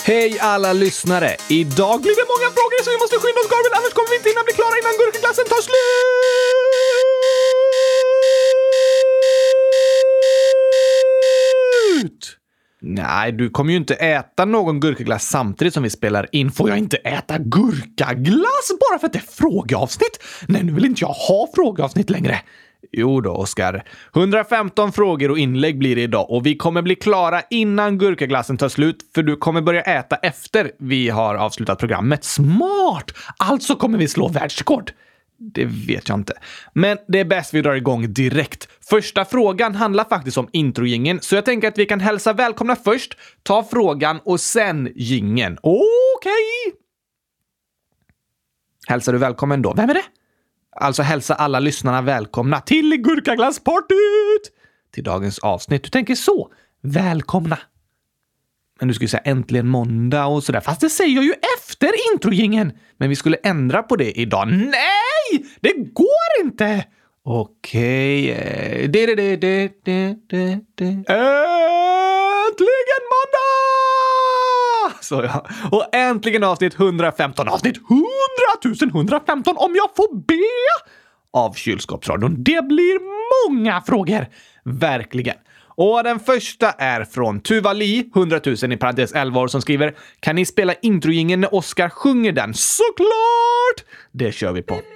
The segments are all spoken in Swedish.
Hej alla lyssnare! Idag blir det många frågor så vi måste skynda oss, Gabriel, annars kommer vi inte hinna bli klara innan gurkaglassen tar slut! Nej, du kommer ju inte äta någon gurkaglass samtidigt som vi spelar in. Får jag inte äta gurkaglass bara för att det är frågeavsnitt? Nej, nu vill inte jag ha frågeavsnitt längre. Jo då, Oskar. 115 frågor och inlägg blir det idag och vi kommer bli klara innan gurkaglassen tar slut för du kommer börja äta efter vi har avslutat programmet. Smart! Alltså kommer vi slå världsrekord. Det vet jag inte. Men det är bäst vi drar igång direkt. Första frågan handlar faktiskt om introjingen så jag tänker att vi kan hälsa välkomna först, ta frågan och sen jingen. Okej. Hälsar du välkommen då? Vem är det? Alltså hälsa alla lyssnarna välkomna till gurkaglasspartyt! Till dagens avsnitt. Du tänker så. Välkomna. Men du skulle säga äntligen måndag och sådär. Fast det säger jag ju efter introjingen. Men vi skulle ändra på det idag. Nej! Det går inte! Okej. Äntligen måndag! Så ja. Och äntligen avsnitt 115. Avsnitt 115 om jag får be av Kylskåpsradion. Det blir många frågor. Verkligen. Och den första är från Tuvali, 100 000 i parentes 11 år, som skriver: kan ni spela introjingen när Oskar sjunger den? Såklart! Det kör vi på.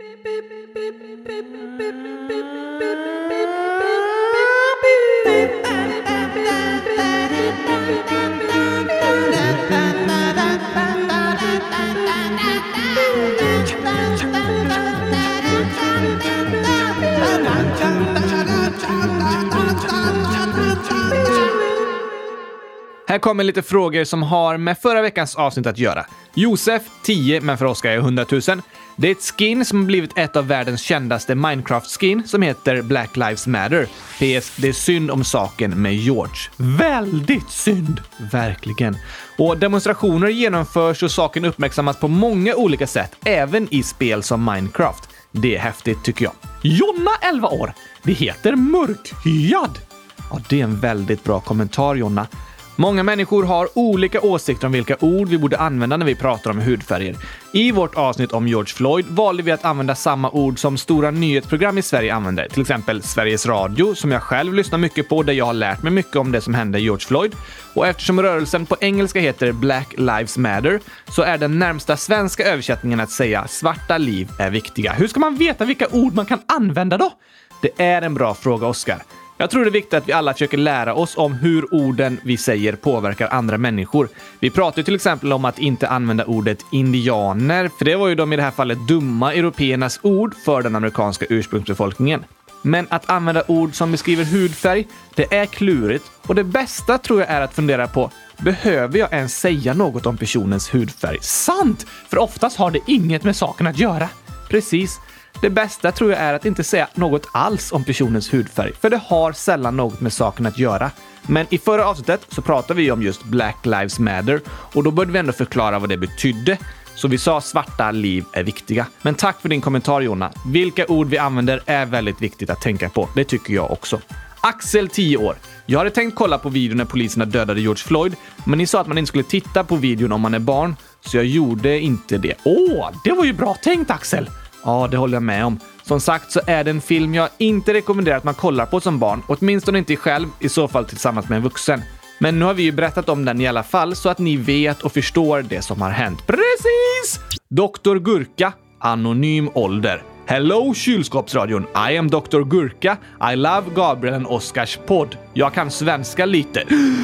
Här kommer lite frågor som har med förra veckans avsnitt att göra. Josef, 10, men för Oskar är 100 000. Det är ett skin som blivit ett av världens kändaste Minecraft-skin som heter Black Lives Matter. PS, det är synd om saken med George. Väldigt synd. Verkligen. Och demonstrationer genomförs och saken uppmärksammas på många olika sätt, även i spel som Minecraft. Det är häftigt tycker jag. Jonna, 11 år. Det heter mörkhyad. Ja, det är en väldigt bra kommentar, Jonna. Många människor har olika åsikter om vilka ord vi borde använda när vi pratar om hudfärger. I vårt avsnitt om George Floyd valde vi att använda samma ord som stora nyhetsprogram i Sverige använder. Till exempel Sveriges Radio, som jag själv lyssnar mycket på, där jag har lärt mig mycket om det som hände George Floyd. Och eftersom rörelsen på engelska heter Black Lives Matter så är den närmsta svenska översättningen att säga svarta liv är viktiga. Hur ska man veta vilka ord man kan använda då? Det är en bra fråga, Oskar. Jag tror det är viktigt att vi alla försöker lära oss om hur orden vi säger påverkar andra människor. Vi pratar till exempel om att inte använda ordet indianer, för det var ju de i det här fallet dumma européernas ord för den amerikanska ursprungsbefolkningen. Men att använda ord som beskriver hudfärg, det är klurigt och det bästa tror jag är att fundera på: behöver jag ens säga något om personens hudfärg? Sant! För oftast har det inget med saken att göra. Precis. Det bästa tror jag är att inte säga något alls om personens hudfärg, för det har sällan något med saken att göra. Men i förra avsnittet så pratade vi om just Black Lives Matter och då började vi ändå förklara vad det betydde. Så vi sa svarta liv är viktiga. Men tack för din kommentar, Jonna. Vilka ord vi använder är väldigt viktigt att tänka på. Det tycker jag också. Axel, 10 år. Jag hade tänkt kolla på videon när poliserna dödade George Floyd, men ni sa att man inte skulle titta på videon om man är barn, så jag gjorde inte det. Det var ju bra tänkt, Axel! Ja, det håller jag med om. Som sagt så är det en film jag inte rekommenderar att man kollar på som barn, åtminstone inte själv, i så fall tillsammans med en vuxen. Men nu har vi ju berättat om den i alla fall så att ni vet och förstår det som har hänt. Precis! Dr. Gurka, anonym ålder. Hello Kylskåpsradion, I am Dr. Gurka. I love Gabriel and Oskars podd. Jag kan svenska lite.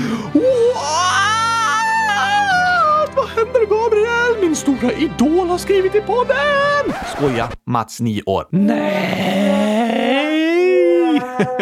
Vad händer, Gabriel? Min stora idol har skrivit i podden! Skoja, Mats, 9 år. Nej!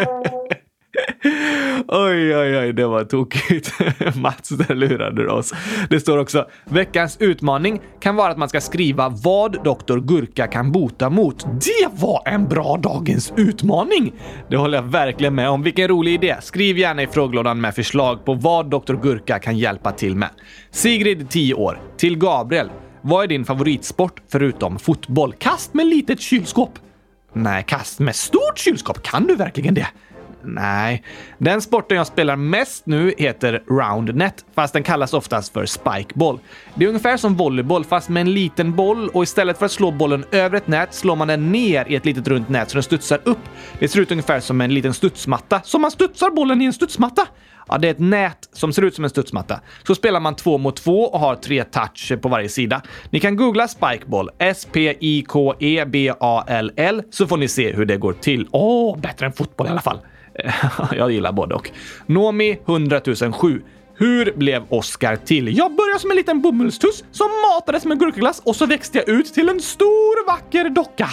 Oj, det var tokigt. Mats, där lurade du oss. Det står också: veckans utmaning kan vara att man ska skriva vad Dr. Gurka kan bota mot. Det var en bra dagens utmaning! Det håller jag verkligen med om. Vilken rolig idé. Skriv gärna i frågelådan med förslag på vad Dr. Gurka kan hjälpa till med. Sigrid, 10 år. Till Gabriel: vad är din favoritsport förutom fotboll? Kast med litet kylskåp. Nej, kast med stort kylskåp. Kan du verkligen det? Nej, den sporten jag spelar mest nu heter roundnet, fast den kallas oftast för spikeball. Det är ungefär som volleyboll fast med en liten boll, och istället för att slå bollen över ett nät slår man den ner i ett litet runt nät så den studsar upp. Det ser ut ungefär som en liten studsmatta, som man studsar bollen i en studsmatta. Ja, det är ett nät som ser ut som en studsmatta. Så spelar man 2 mot 2 och har 3 touch på varje sida. Ni kan googla spikeball, S-P-I-K-E-B-A-L-L, så får ni se hur det går till. Bättre än fotboll i alla fall. Jag gillar både och. Nomi 100 007. Hur blev Oscar till? Jag började som en liten bomullstuss som matades med gurkaglass och så växte jag ut till en stor vacker docka.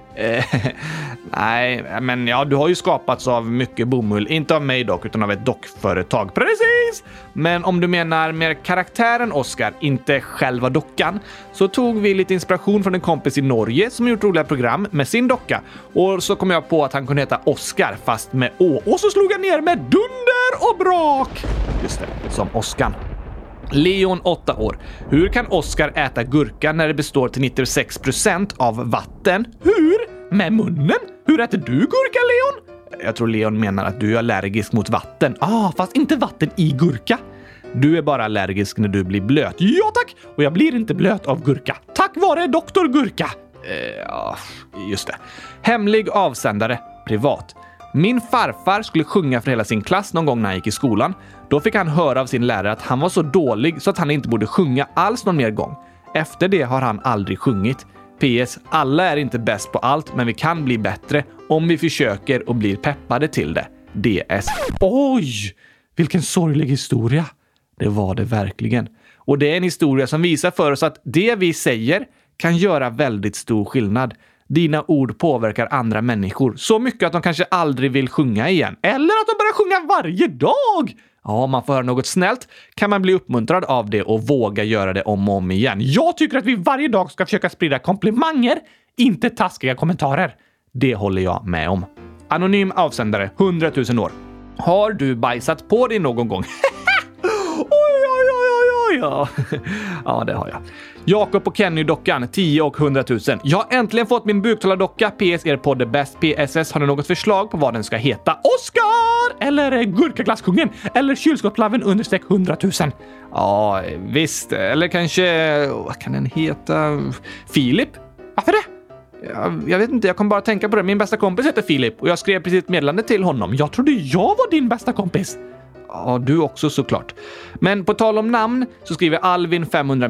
Nej, men ja, du har ju skapats av mycket bomull. Inte av mig dock, utan av ett dockföretag. Precis! Men om du menar mer karaktären Oscar, inte själva dockan, så tog vi lite inspiration från en kompis i Norge som gjort roliga program med sin docka. Och så kom jag på att han kunde heta Oscar fast med Å. Och så slog jag ner med dunder och brak. Just det, som Oscar. Leon 8 år. Hur kan Oscar äta gurka när det består till 96% av vatten? Hur? Med munnen? Hur äter du gurka, Leon? Jag tror Leon menar att du är allergisk mot vatten. Fast inte vatten i gurka. Du är bara allergisk när du blir blöt. Ja tack! Och jag blir inte blöt av gurka. Tack vare Dr. Gurka. Ja, just det. Hemlig avsändare. Privat. Min farfar skulle sjunga för hela sin klass någon gång när han gick i skolan. Då fick han höra av sin lärare att han var så dålig så att han inte borde sjunga alls någon mer gång. Efter det har han aldrig sjungit. PS, alla är inte bäst på allt, men vi kan bli bättre om vi försöker och blir peppade till det. DS. Oj! Vilken sorglig historia. Det var det verkligen. Och det är en historia som visar för oss att det vi säger kan göra väldigt stor skillnad. Dina ord påverkar andra människor så mycket att de kanske aldrig vill sjunga igen. Eller att de börjar sjunga varje dag. Ja, om man får höra något snällt kan man bli uppmuntrad av det och våga göra det om och om igen. Jag tycker att vi varje dag ska försöka sprida komplimanger, inte taskiga kommentarer. Det håller jag med om. Anonym avsändare, 100 000 år. Har du bajsat på dig någon gång? Ja. Ja, det har jag. Jakob och Kenny-dockan, 10 och 100 000. Jag har äntligen fått min buktalardocka. PS, er podd är bäst. PSS, har ni något förslag på vad den ska heta? Oscar! Eller Gurkaglasskungen? Eller kylskåpslarven _ 100 000? Ja, visst. Eller kanske, vad kan den heta? Filip? Varför det? Jag vet inte, jag kommer bara tänka på det. Min bästa kompis heter Filip och jag skrev precis ett meddelande till honom. Jag trodde jag var din bästa kompis. Ja, du också såklart. Men på tal om namn så skriver Alvin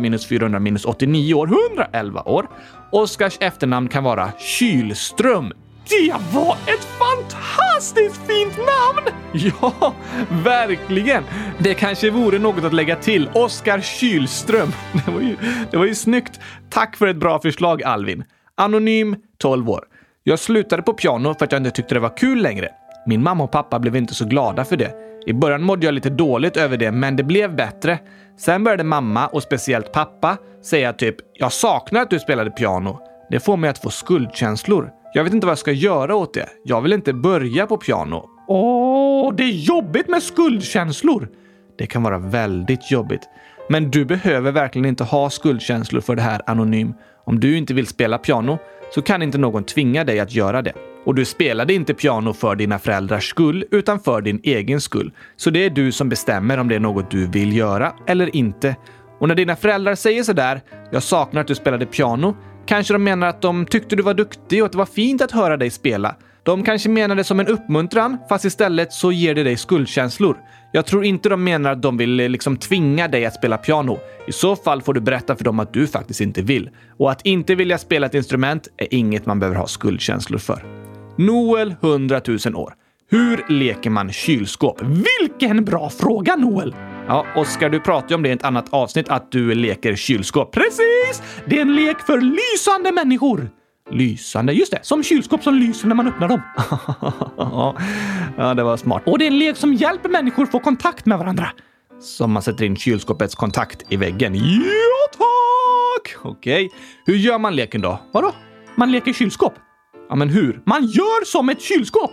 500-400-89 år, 111 år. Oscars efternamn kan vara Kylström. Det var ett fantastiskt fint namn! Ja, verkligen. Det kanske vore något att lägga till. Oscar Kylström. Det var ju snyggt. Tack för ett bra förslag, Alvin. Anonym, 12 år. Jag slutade på piano för att jag inte tyckte det var kul längre. Min mamma och pappa blev inte så glada för det. I början mådde jag lite dåligt över det, men det blev bättre. Sen började mamma och speciellt pappa säga typ, jag saknar att du spelade piano. Det får mig att få skuldkänslor. Jag vet inte vad jag ska göra åt det. Jag vill inte börja på piano. Det är jobbigt med skuldkänslor. Det kan vara väldigt jobbigt. Men du behöver verkligen inte ha skuldkänslor för det här, Anonym. Om du inte vill spela piano så kan inte någon tvinga dig att göra det. Och du spelade inte piano för dina föräldrars skull utan för din egen skull. Så det är du som bestämmer om det är något du vill göra eller inte. Och när dina föräldrar säger sådär, jag saknar att du spelade piano, kanske de menar att de tyckte du var duktig och att det var fint att höra dig spela. De kanske menar det som en uppmuntran, fast istället så ger det dig skuldkänslor. Jag tror inte de menar att de vill liksom tvinga dig att spela piano. I så fall får du berätta för dem att du faktiskt inte vill. Och att inte vilja spela ett instrument är inget man behöver ha skuldkänslor för. Noel, 100 000 år. Hur leker man kylskåp? Vilken bra fråga, Noel! Ja, Oskar, du pratade ju om det i ett annat avsnitt att du leker kylskåp. Precis! Det är en lek för lysande människor. Lysande, just det. Som kylskåp som lyser när man öppnar dem. Ja, det var smart. Och det är en lek som hjälper människor få kontakt med varandra. Som man sätter in kylskåpets kontakt i väggen. Ja, tack! Okej. Hur gör man leken då? Vadå? Man leker kylskåp. Ja, men hur? Man gör som ett kylskåp.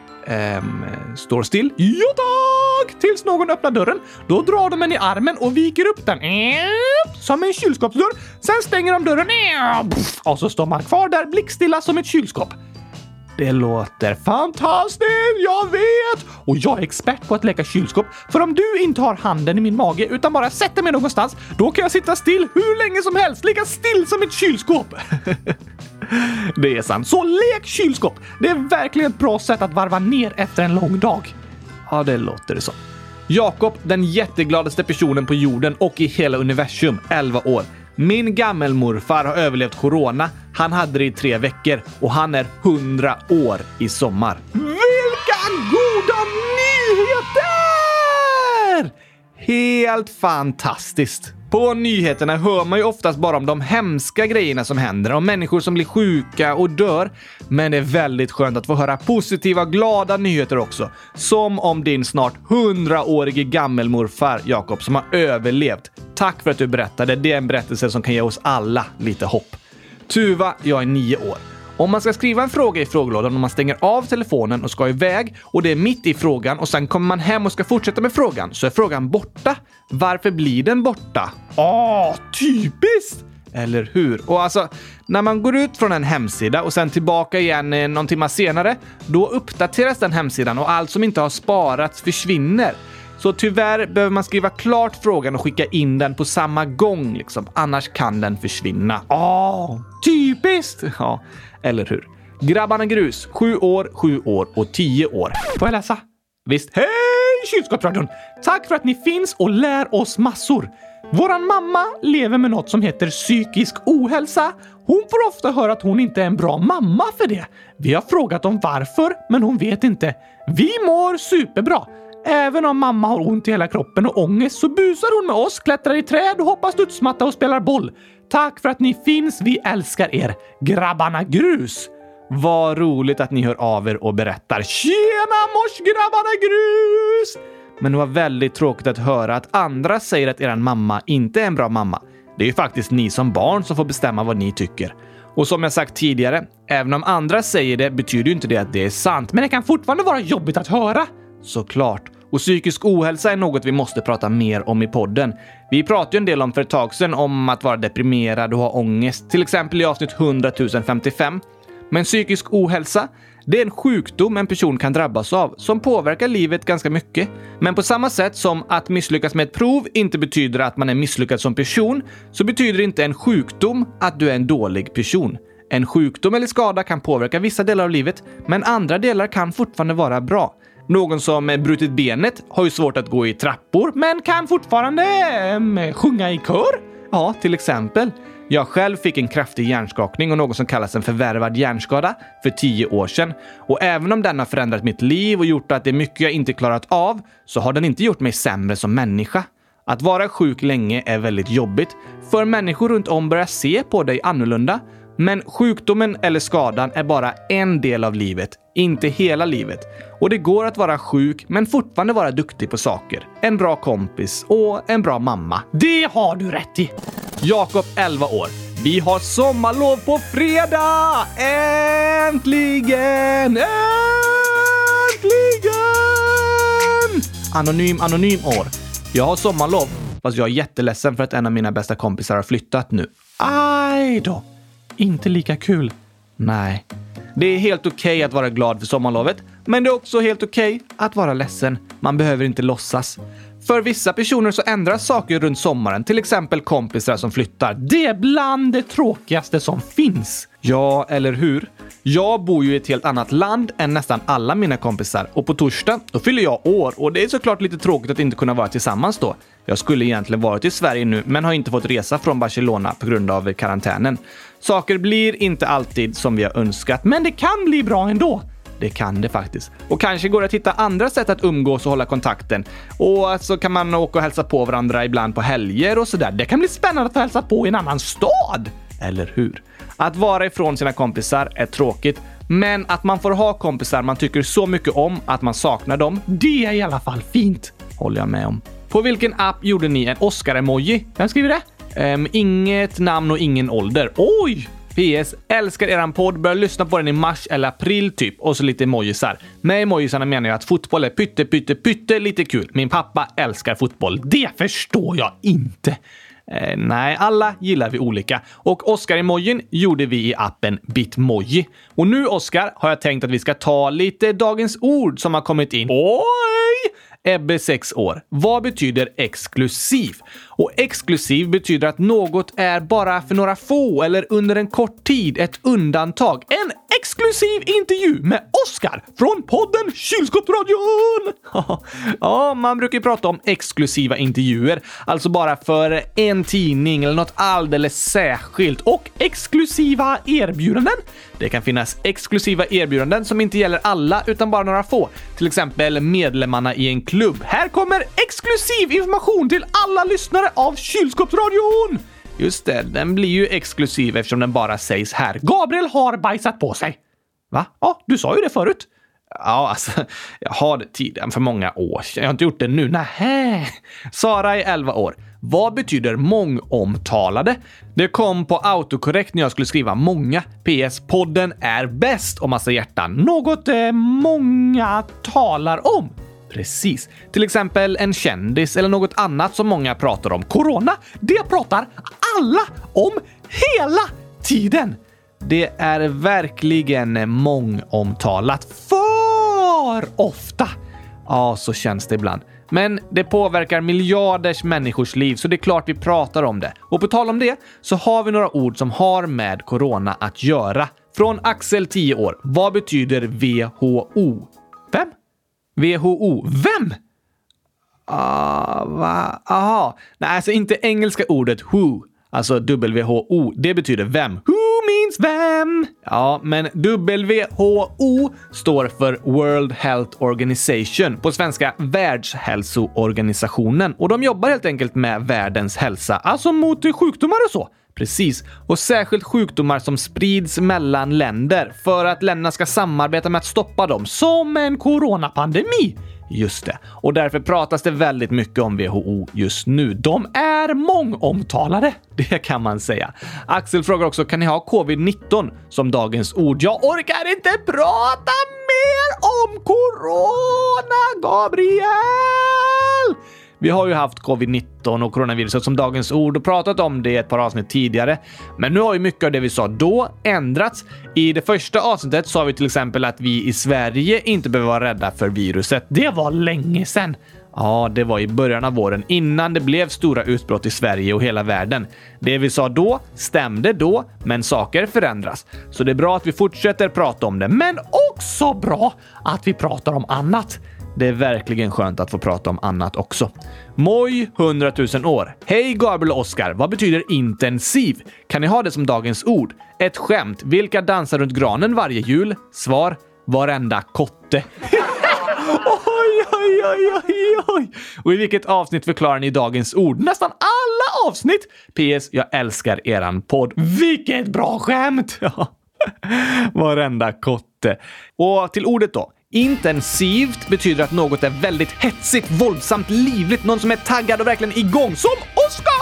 Står still. Ja, tack! Tills någon öppnar dörren. Då drar de den i armen och viker upp den. Som en kylskåpsdörr. Sen stänger de dörren. Och så står man kvar där blickstilla som ett kylskåp. Det låter fantastiskt, jag vet! Och jag är expert på att leka kylskåp. För om du inte har handen i min mage utan bara sätter mig någonstans, då kan jag sitta still hur länge som helst, lika still som ett kylskåp. Det är sant. Så lek kylskåp. Det är verkligen ett bra sätt att varva ner efter en lång dag. Ja, det låter det så. Jakob, den jättegladaste personen på jorden och i hela universum, 11 år. Min gammelmorfar har överlevt corona. Han hade det i 3 veckor och han är 100 år i sommar. Vilka goda nyheter! Helt fantastiskt. På nyheterna hör man ju oftast bara om de hemska grejerna som händer, om människor som blir sjuka och dör. Men det är väldigt skönt att få höra positiva, glada nyheter också. Som om din snart 100-årige gammelmorfar, Jakob, som har överlevt. Tack för att du berättade. Det är en berättelse som kan ge oss alla lite hopp. Tuva, jag är 9 år. Om man ska skriva en fråga i frågelådan och man stänger av telefonen och ska iväg och det är mitt i frågan och sen kommer man hem och ska fortsätta med frågan så är frågan borta. Varför blir den borta? Typiskt! Eller hur? Och alltså, när man går ut från en hemsida och sen tillbaka igen någon timme senare, då uppdateras den hemsidan och allt som inte har sparats försvinner. Så tyvärr behöver man skriva klart frågan och skicka in den på samma gång liksom. Annars kan den försvinna. Typiskt! Ja, eller hur? Grabbarna Grus, 7 år och 10 år. Får jag läsa? Visst. Hej kylskåpsradion! Tack för att ni finns och lär oss massor. Våran mamma lever med något som heter psykisk ohälsa. Hon får ofta höra att hon inte är en bra mamma för det. Vi har frågat om varför, men hon vet inte. Vi mår superbra. Även om mamma har ont i hela kroppen och ångest så busar hon med oss, klättrar i träd och hoppar studsmatta och spelar boll. Tack för att ni finns, vi älskar er. Grabbarna Grus. Vad roligt att ni hör av er och berättar. Tjena mors grabbarna Grus! Men det var väldigt tråkigt att höra att andra säger att eran mamma inte är en bra mamma. Det är ju faktiskt ni som barn som får bestämma vad ni tycker. Och som jag sagt tidigare, även om andra säger det betyder ju inte det att det är sant. Men det kan fortfarande vara jobbigt att höra. Såklart. Och psykisk ohälsa är något vi måste prata mer om i podden. Vi pratade ju en del om för ett tag sedan om att vara deprimerad och ha ångest. Till exempel i avsnitt 100 055. Men psykisk ohälsa, det är en sjukdom en person kan drabbas av som påverkar livet ganska mycket. Men på samma sätt som att misslyckas med ett prov inte betyder att man är misslyckad som person, så betyder inte en sjukdom att du är en dålig person. En sjukdom eller skada kan påverka vissa delar av livet, men andra delar kan fortfarande vara bra. Någon som brutit benet har ju svårt att gå i trappor, men kan fortfarande sjunga i kör. Ja, till exempel. Jag själv fick en kraftig hjärnskakning och något som kallas en förvärvad hjärnskada för 10 år sedan. Och även om den har förändrat mitt liv och gjort att det är mycket jag inte klarat av, så har den inte gjort mig sämre som människa. Att vara sjuk länge är väldigt jobbigt, för människor runt om börjar se på dig annorlunda. Men sjukdomen eller skadan är bara en del av livet, inte hela livet. Och det går att vara sjuk men fortfarande vara duktig på saker. En bra kompis och en bra mamma. Det har du rätt i. Jakob, 11 år. Vi har sommarlov på fredag! Äntligen! Äntligen! Anonym år. Jag har sommarlov, fast jag är jätteledsen för att en av mina bästa kompisar har flyttat nu. Aj då. Inte lika kul. Nej. Det är helt okej att vara glad för sommarlovet, men det är också helt okej att vara ledsen. Man behöver inte låtsas. För vissa personer så ändras saker runt sommaren, till exempel kompisar som flyttar. Det är bland det tråkigaste som finns. Ja, eller hur? Jag bor ju i ett helt annat land än nästan alla mina kompisar. Och på torsdag, då fyller jag år. Och det är såklart lite tråkigt att inte kunna vara tillsammans då. Jag skulle egentligen varit i Sverige nu, men har inte fått resa från Barcelona på grund av karantänen. Saker blir inte alltid som vi har önskat, men det kan bli bra ändå. Det kan det faktiskt. Och kanske går det att hitta andra sätt att umgås och hålla kontakten. Och så kan man åka och hälsa på varandra ibland på helger och sådär. Det kan bli spännande att få hälsa på i en annan stad. Eller hur? Att vara ifrån sina kompisar är tråkigt. Men att man får ha kompisar man tycker så mycket om att man saknar dem, det är i alla fall fint. Håller jag med om. På vilken app gjorde ni en Oscar-emoji? Vem skriver det? Inget namn och ingen ålder. Oj! PS, älskar eran podd, börjar lyssna på den i mars eller april typ. Och så lite emojisar. Med emojisarna menar jag att fotboll är pytte lite kul. Min pappa älskar fotboll. Det förstår jag inte. Nej, alla gillar vi olika. Och Oscar-emojin gjorde vi i appen Bitmoji. Och nu, Oscar, har jag tänkt att vi ska ta lite dagens ord som har kommit in. Oj! Ebbe 6 år. Vad betyder exklusiv? Och exklusiv betyder att något är bara för några få eller under en kort tid ett undantag. En exklusiv intervju med Oscar från podden Kylskåpsradion! Ja, man brukar ju prata om exklusiva intervjuer. Alltså bara för en tidning eller något alldeles särskilt. Och exklusiva erbjudanden. Det kan finnas exklusiva erbjudanden som inte gäller alla utan bara några få. Till exempel medlemmarna i en klubb. Här kommer exklusiv information till alla lyssnare av Kylskåpsradion! Just det, den blir ju exklusiv eftersom den bara sägs här. Gabriel har bajsat på sig. Va? Ja, du sa ju det förut. Ja, alltså, jag har det tidigare för många år sedan. Jag har inte gjort det nu. Nähä. Sara är 11 år. Vad betyder mångomtalade? Det kom på autokorrekt när jag skulle skriva många. PS-podden är bäst och massa hjärtan. Något många talar om. Precis. Till exempel en kändis eller något annat som många pratar om. Corona, det pratar alla om hela tiden. Det är verkligen mångomtalat. För ofta. Ja, så känns det ibland. Men det påverkar miljarders människors liv så det är klart vi pratar om det. Och på tal om det så har vi några ord som har med corona att göra. Från Axel 10 år. Vad betyder WHO? Vem? WHO. Vem? Aha. Nej, alltså inte engelska ordet who. Alltså WHO. Det betyder vem. Who means vem? Ja, men WHO står för World Health Organization. På svenska Världshälsoorganisationen. Och de jobbar helt enkelt med världens hälsa. Alltså mot sjukdomar och så. Precis. Och särskilt sjukdomar som sprids mellan länder för att länderna ska samarbeta med att stoppa dem. Som en coronapandemi. Just det. Och därför pratas det väldigt mycket om WHO just nu. De är mångomtalade. Det kan man säga. Axel frågar också, kan ni ha covid-19 som dagens ord? Jag orkar inte prata mer om corona, Gabriel! Vi har ju haft covid-19 och coronaviruset som dagens ord och pratat om det ett par avsnitt tidigare. Men nu har ju mycket av det vi sa då ändrats. I det första avsnittet sa vi till exempel att vi i Sverige inte behöver vara rädda för viruset. Det var länge sedan. Ja, det var i början av våren innan det blev stora utbrott i Sverige och hela världen. Det vi sa då stämde då, men saker förändras. Så det är bra att vi fortsätter prata om det, men också bra att vi pratar om annat. Det är verkligen skönt att få prata om annat också. Moj, 100 000 år. Hej Gabriel och Oscar, vad betyder intensiv? Kan ni ha det som dagens ord? Ett skämt. Vilka dansar runt granen varje jul? Svar, varenda kotte. Oj. Och i vilket avsnitt förklarar ni dagens ord? Nästan alla avsnitt. PS, jag älskar eran podd. Vilket bra skämt! Ja. Varenda kotte. Och till ordet då. Intensivt betyder att något är väldigt hetsigt, våldsamt, livligt. Någon som är taggad och verkligen igång. Som Oscar!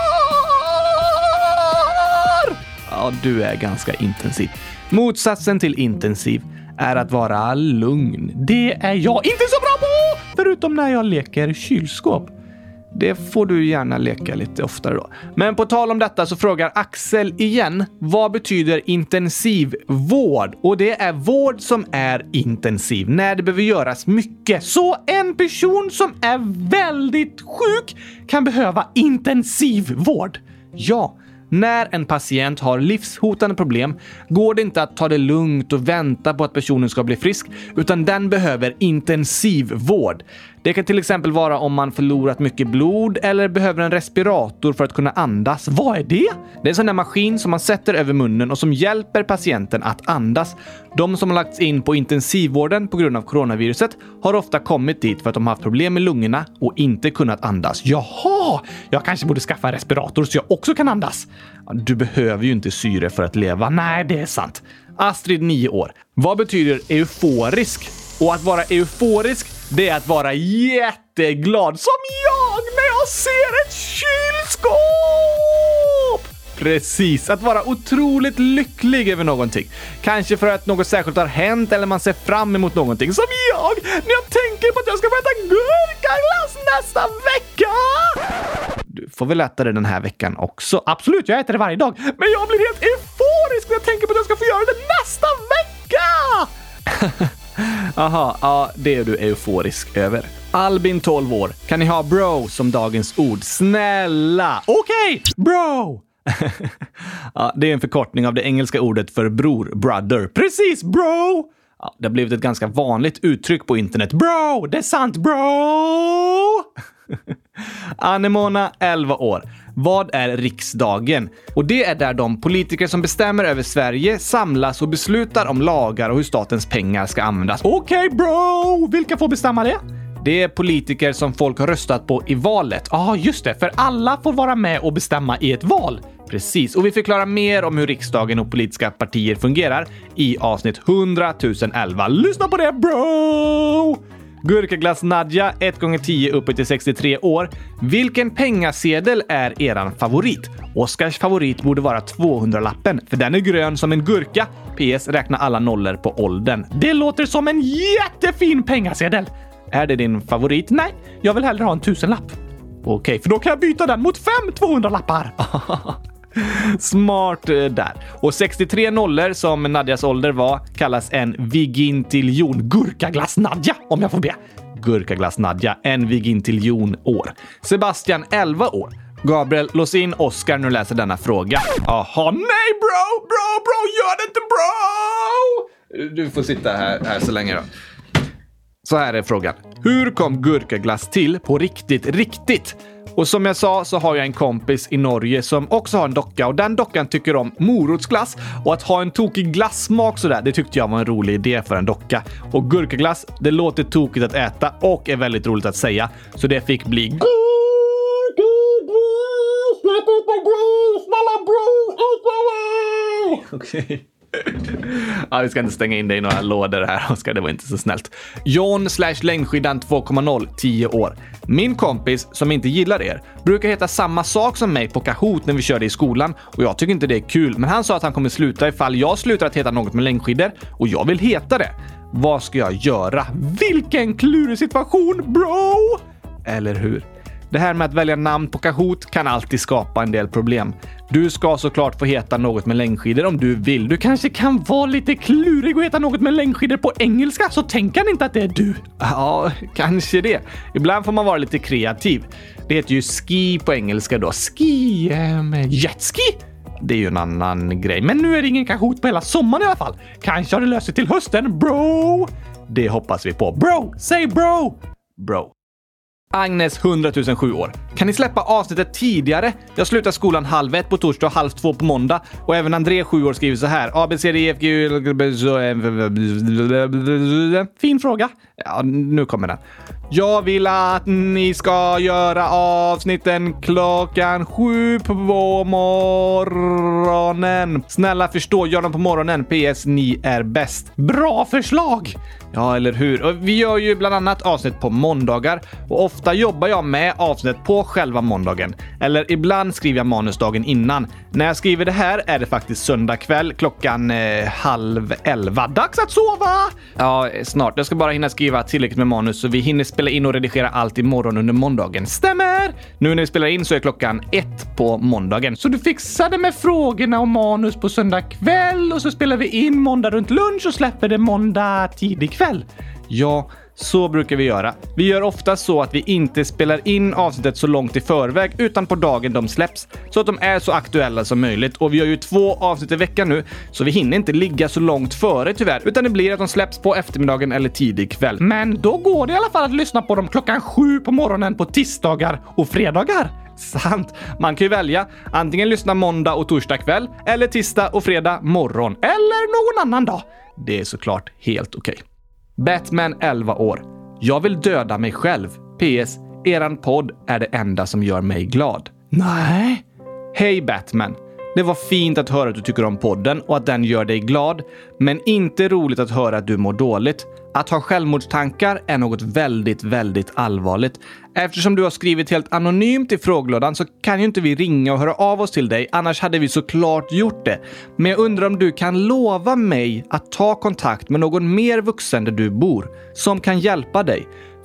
Ja, du är ganska intensiv. Motsatsen till intensiv är att vara lugn. Det är jag inte så bra på! Förutom när jag leker kylskåp. Det får du gärna leka lite oftare då. Men på tal om detta så frågar Axel igen, vad betyder intensiv vård? Och det är vård som är intensiv, när det behöver göras mycket. Så en person som är väldigt sjuk kan behöva intensiv vård. Ja. När en patient har livshotande problem går det inte att ta det lugnt och vänta på att personen ska bli frisk, utan den behöver intensiv vård. Det kan till exempel vara om man förlorat mycket blod eller behöver en respirator för att kunna andas. Vad är det? Det är en sån där maskin som man sätter över munnen och som hjälper patienten att andas. De som har lagts in på intensivvården på grund av coronaviruset har ofta kommit dit för att de har haft problem med lungorna och inte kunnat andas. Jaha! Jag kanske borde skaffa en respirator så jag också kan andas. Du behöver ju inte syre för att leva. Nej, det är sant. Astrid, 9 år. Vad betyder euforisk? Och att vara euforisk, det är att vara jätteglad. Som jag när jag ser ett kylskåp! Precis, att vara otroligt lycklig över någonting. Kanske för att något särskilt har hänt eller man ser fram emot någonting. Som jag när jag tänker på att jag ska få äta gurkaglass nästa vecka! Du du får väl äta det den här veckan också. Absolut, jag äter det varje dag. Men jag blir helt euforisk när jag tänker på att jag ska få göra det nästa vecka! Aha, ja, det är du euforisk över. Albin 12 år. Kan ni ha bro som dagens ord? Snälla! Okej, bro! Ja, det är en förkortning av det engelska ordet för bror, brother. Precis, bro! Ja, det har blivit ett ganska vanligt uttryck på internet. Bro, det är sant, bro! Anemona, 11 år. Vad är riksdagen? Och det är där de politiker som bestämmer över Sverige samlas och beslutar om lagar och hur statens pengar ska användas. Okej, bro! Vilka får bestämma det? Det är politiker som folk har röstat på i valet. Ja, just det. För alla får vara med och bestämma i ett val. Precis, och vi förklarar mer om hur riksdagen och politiska partier fungerar i avsnitt 100 011. Lyssna på det, bro! Gurkaglass Nadja, 1x10 uppe till 63 år. Vilken pengasedel är eran favorit? Oskars favorit borde vara 200-lappen, för den är grön som en gurka. PS, räkna alla nollor på åldern. Det låter som en jättefin pengasedel. Är det din favorit? Nej, jag vill hellre ha en 1000-lapp. Okej, För då kan jag byta den mot 5 200-lappar. Smart där. Och 63 nollor som Nadjas ålder var kallas en vigintiljon. Gurkaglass Nadja, om jag får be. Gurkaglass Nadja, en vigintiljon år. Sebastian, 11 år. Gabriel, lås in Oskar när du läser denna fråga. Jaha, nej bro, gör det inte bro! Du får sitta här så länge då. Så här är frågan. Hur kom gurkaglass till på riktigt? Och som jag sa så har jag en kompis i Norge som också har en docka, och den dockan tycker om morotsglass, och att ha en tokig glassmak sådär, det tyckte jag var en rolig idé för en docka. Och gurkaglass, det låter tokigt att äta och är väldigt roligt att säga, så det fick bli Snälla bro, okej. Ja, vi ska inte stänga in dig i några lådor här, Oskar, det var inte så snällt. John/längdskidan 2.0, 10 år. Min kompis, som inte gillar er, brukar heta samma sak som mig på Kahoot när vi körde i skolan, och jag tycker inte det är kul, men han sa att han kommer sluta ifall jag slutar att heta något med längdskidor, och jag vill heta det. Vad ska jag göra? Vilken klurig situation, bro! Eller hur? Det här med att välja namn på Kahoot kan alltid skapa en del problem. Du ska såklart få heta något med längdskidor om du vill. Du kanske kan vara lite klurig och heta något med längdskidor på engelska, så tänker han inte att det är du. Ja, kanske det. Ibland får man vara lite kreativ. Det heter ju ski på engelska då. Ski, jetski? Det är ju en annan grej. Men nu är det ingen Kahoot på hela sommaren i alla fall. Kanske har det löst sig till hösten, bro! Det hoppas vi på. Bro, säg bro! Bro. Agnes, 100 007 år. Kan ni släppa avsnittet tidigare? Jag slutar skolan 12:30 på torsdag och 12:30 på måndag. Och även André, 7 år, skriver så här. A, B, C, D, E, F, G, Fin fråga. Ja, nu kommer den. Jag vill att ni ska göra avsnitten 7:00 på morgonen. Snälla förstå, gör dem på morgonen. PS, ni är bäst. Bra förslag! Ja, eller hur? Och vi gör ju bland annat avsnitt på måndagar, och ofta jobbar jag med avsnitt på själva måndagen. Eller ibland skriver jag manusdagen innan. När jag skriver det här är det faktiskt söndag kväll 10:30. Dags att sova! Ja, snart. Jag ska bara hinna skriva tillräckligt med manus så vi hinner spela in och redigera allt imorgon under måndagen. Stämmer! Nu när vi spelar in så är 1:00 på måndagen. Så du fixade med frågorna och manus på söndag kväll, och så spelar vi in måndag runt lunch och släpper det måndag tidig kväll. Ja, så brukar vi göra. Vi gör ofta så att vi inte spelar in avsnittet så långt i förväg utan på dagen de släpps, så att de är så aktuella som möjligt. Och vi gör ju 2 avsnitt i veckan nu, så vi hinner inte ligga så långt före tyvärr, utan det blir att de släpps på eftermiddagen eller tidig kväll. Men då går det i alla fall att lyssna på dem 7:00 på morgonen på tisdagar och fredagar. Sant. Man kan ju välja. Antingen lyssna måndag och torsdag kväll, eller tisdag och fredag morgon. Eller någon annan dag. Det är såklart helt okej. Batman, 11 år. Jag vill döda mig själv. PS, eran podd är det enda som gör mig glad. Nej. Hej Batman. Det var fint att höra att du tycker om podden och att den gör dig glad, men inte roligt att höra att du mår dåligt. Att ha självmordstankar är något väldigt, väldigt allvarligt. Eftersom du har skrivit helt anonymt i frågelådan så kan ju inte vi ringa och höra av oss till dig, annars hade vi såklart gjort det. Men jag undrar om du kan lova mig att ta kontakt med någon mer vuxen där du bor, som kan hjälpa dig.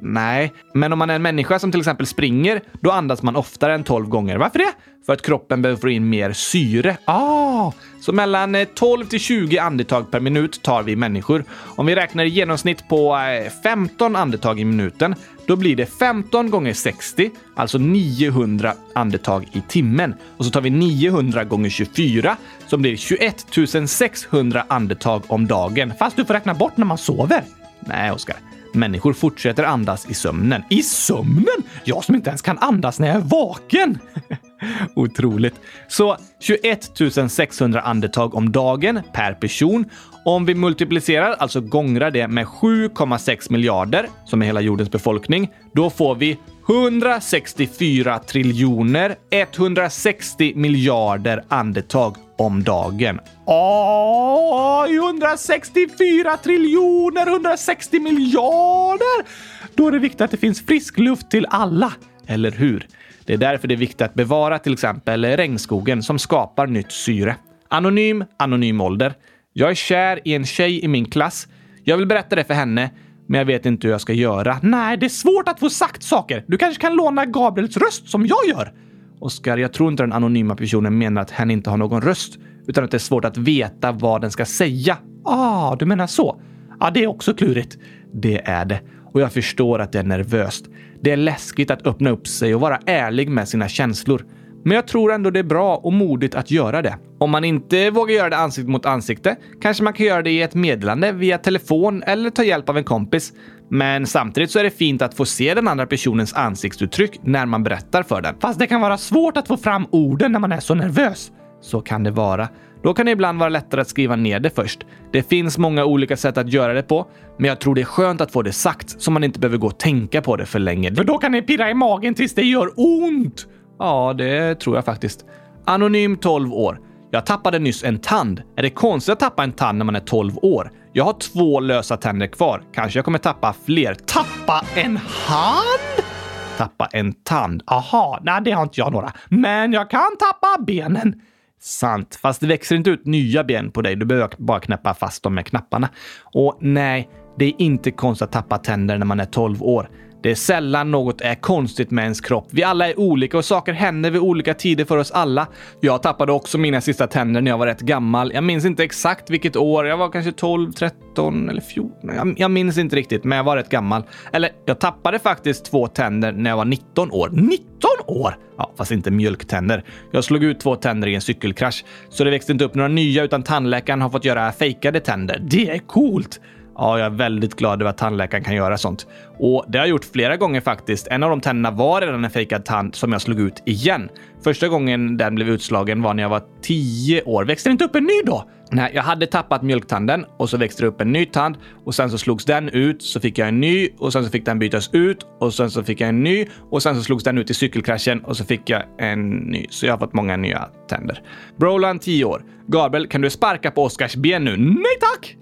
Nej, men om man är en människa som till exempel springer, då andas man oftare än 12 gånger. Varför det? För att kroppen behöver få in mer syre. Så mellan 12 till 20 andetag per minut tar vi människor. Om vi räknar i genomsnitt på 15 andetag i minuten, då blir det 15 gånger 60, alltså 900 andetag i timmen. Och så tar vi 900 gånger 24, som blir 21 600 andetag om dagen. Fast du får räkna bort när man sover. Nej, Oskar. Människor fortsätter andas i sömnen. I sömnen? Jag som inte ens kan andas när jag är vaken. Otroligt. Så 21 600 andetag om dagen per person. Om vi multiplicerar, alltså gångrar det med 7,6 miljarder, som är hela jordens befolkning, då får vi 164 triljoner 160 miljarder andetag om dagen. 164 triljoner 160 miljarder! Då är det viktigt att det finns frisk luft till alla. Eller hur? Det är därför det är viktigt att bevara till exempel regnskogen som skapar nytt syre. Anonym ålder. Jag är kär i en tjej i min klass. Jag vill berätta det för henne, men jag vet inte hur jag ska göra. Nej, det är svårt att få sagt saker. Du kanske kan låna Gabriels röst som jag gör. Oskar, jag tror inte den anonyma personen menar att hen inte har någon röst, utan att det är svårt att veta vad den ska säga. Du menar så. Ja, det är också klurigt. Det är det. Och jag förstår att det är nervöst. Det är läskigt att öppna upp sig och vara ärlig med sina känslor. Men jag tror ändå det är bra och modigt att göra det. Om man inte vågar göra det ansikte mot ansikte, kanske man kan göra det i ett meddelande via telefon eller ta hjälp av en kompis. Men samtidigt så är det fint att få se den andra personens ansiktsuttryck när man berättar för den. Fast det kan vara svårt att få fram orden när man är så nervös. Så kan det vara. Då kan det ibland vara lättare att skriva ner det först. Det finns många olika sätt att göra det på, men jag tror det är skönt att få det sagt så man inte behöver gå och tänka på det för länge. För då kan det pirra i magen tills det gör ont. Ja, det tror jag faktiskt. Anonym 12 år. Jag tappade nyss en tand. Är det konstigt att tappa en tand när man är 12 år? Jag har 2 lösa tänder kvar. Kanske jag kommer tappa fler. Tappa en hand? Tappa en tand. Aha, nej det har inte jag några. Men jag kan tappa benen. Sant, fast det växer inte ut nya ben på dig. Du behöver bara knäppa fast dem med knapparna. Och nej, det är inte konstigt att tappa tänder när man är 12 år. Det är sällan något är konstigt med ens kropp. Vi alla är olika och saker händer vid olika tider för oss alla. Jag tappade också mina sista tänder när jag var rätt gammal. Jag minns inte exakt vilket år. Jag var kanske 12, 13 eller 14. Jag minns inte riktigt, men jag var rätt gammal. Eller, jag tappade faktiskt 2 tänder när jag var 19 år. 19 år? Ja, fast inte mjölktänder. Jag slog ut 2 tänder i en cykelkrasch. Så det växte inte upp några nya, utan tandläkaren har fått göra fejkade tänder. Det är coolt! Ja, jag är väldigt glad över att tandläkaren kan göra sånt. Och det har jag gjort flera gånger faktiskt. En av de tänderna var redan en fejkad tand som jag slog ut igen. Första gången den blev utslagen var när jag var 10 år. Växte det inte upp en ny då? Nej, jag hade tappat mjölktanden och så växte det upp en ny tand och sen så slogs den ut, så fick jag en ny och sen så fick den bytas ut och sen så fick jag en ny och sen så slogs den ut i cykelkraschen och så fick jag en ny. Så jag har fått många nya tänder. Brolan 10 år. Gabriel, kan du sparka på Oskars ben nu? Nej tack!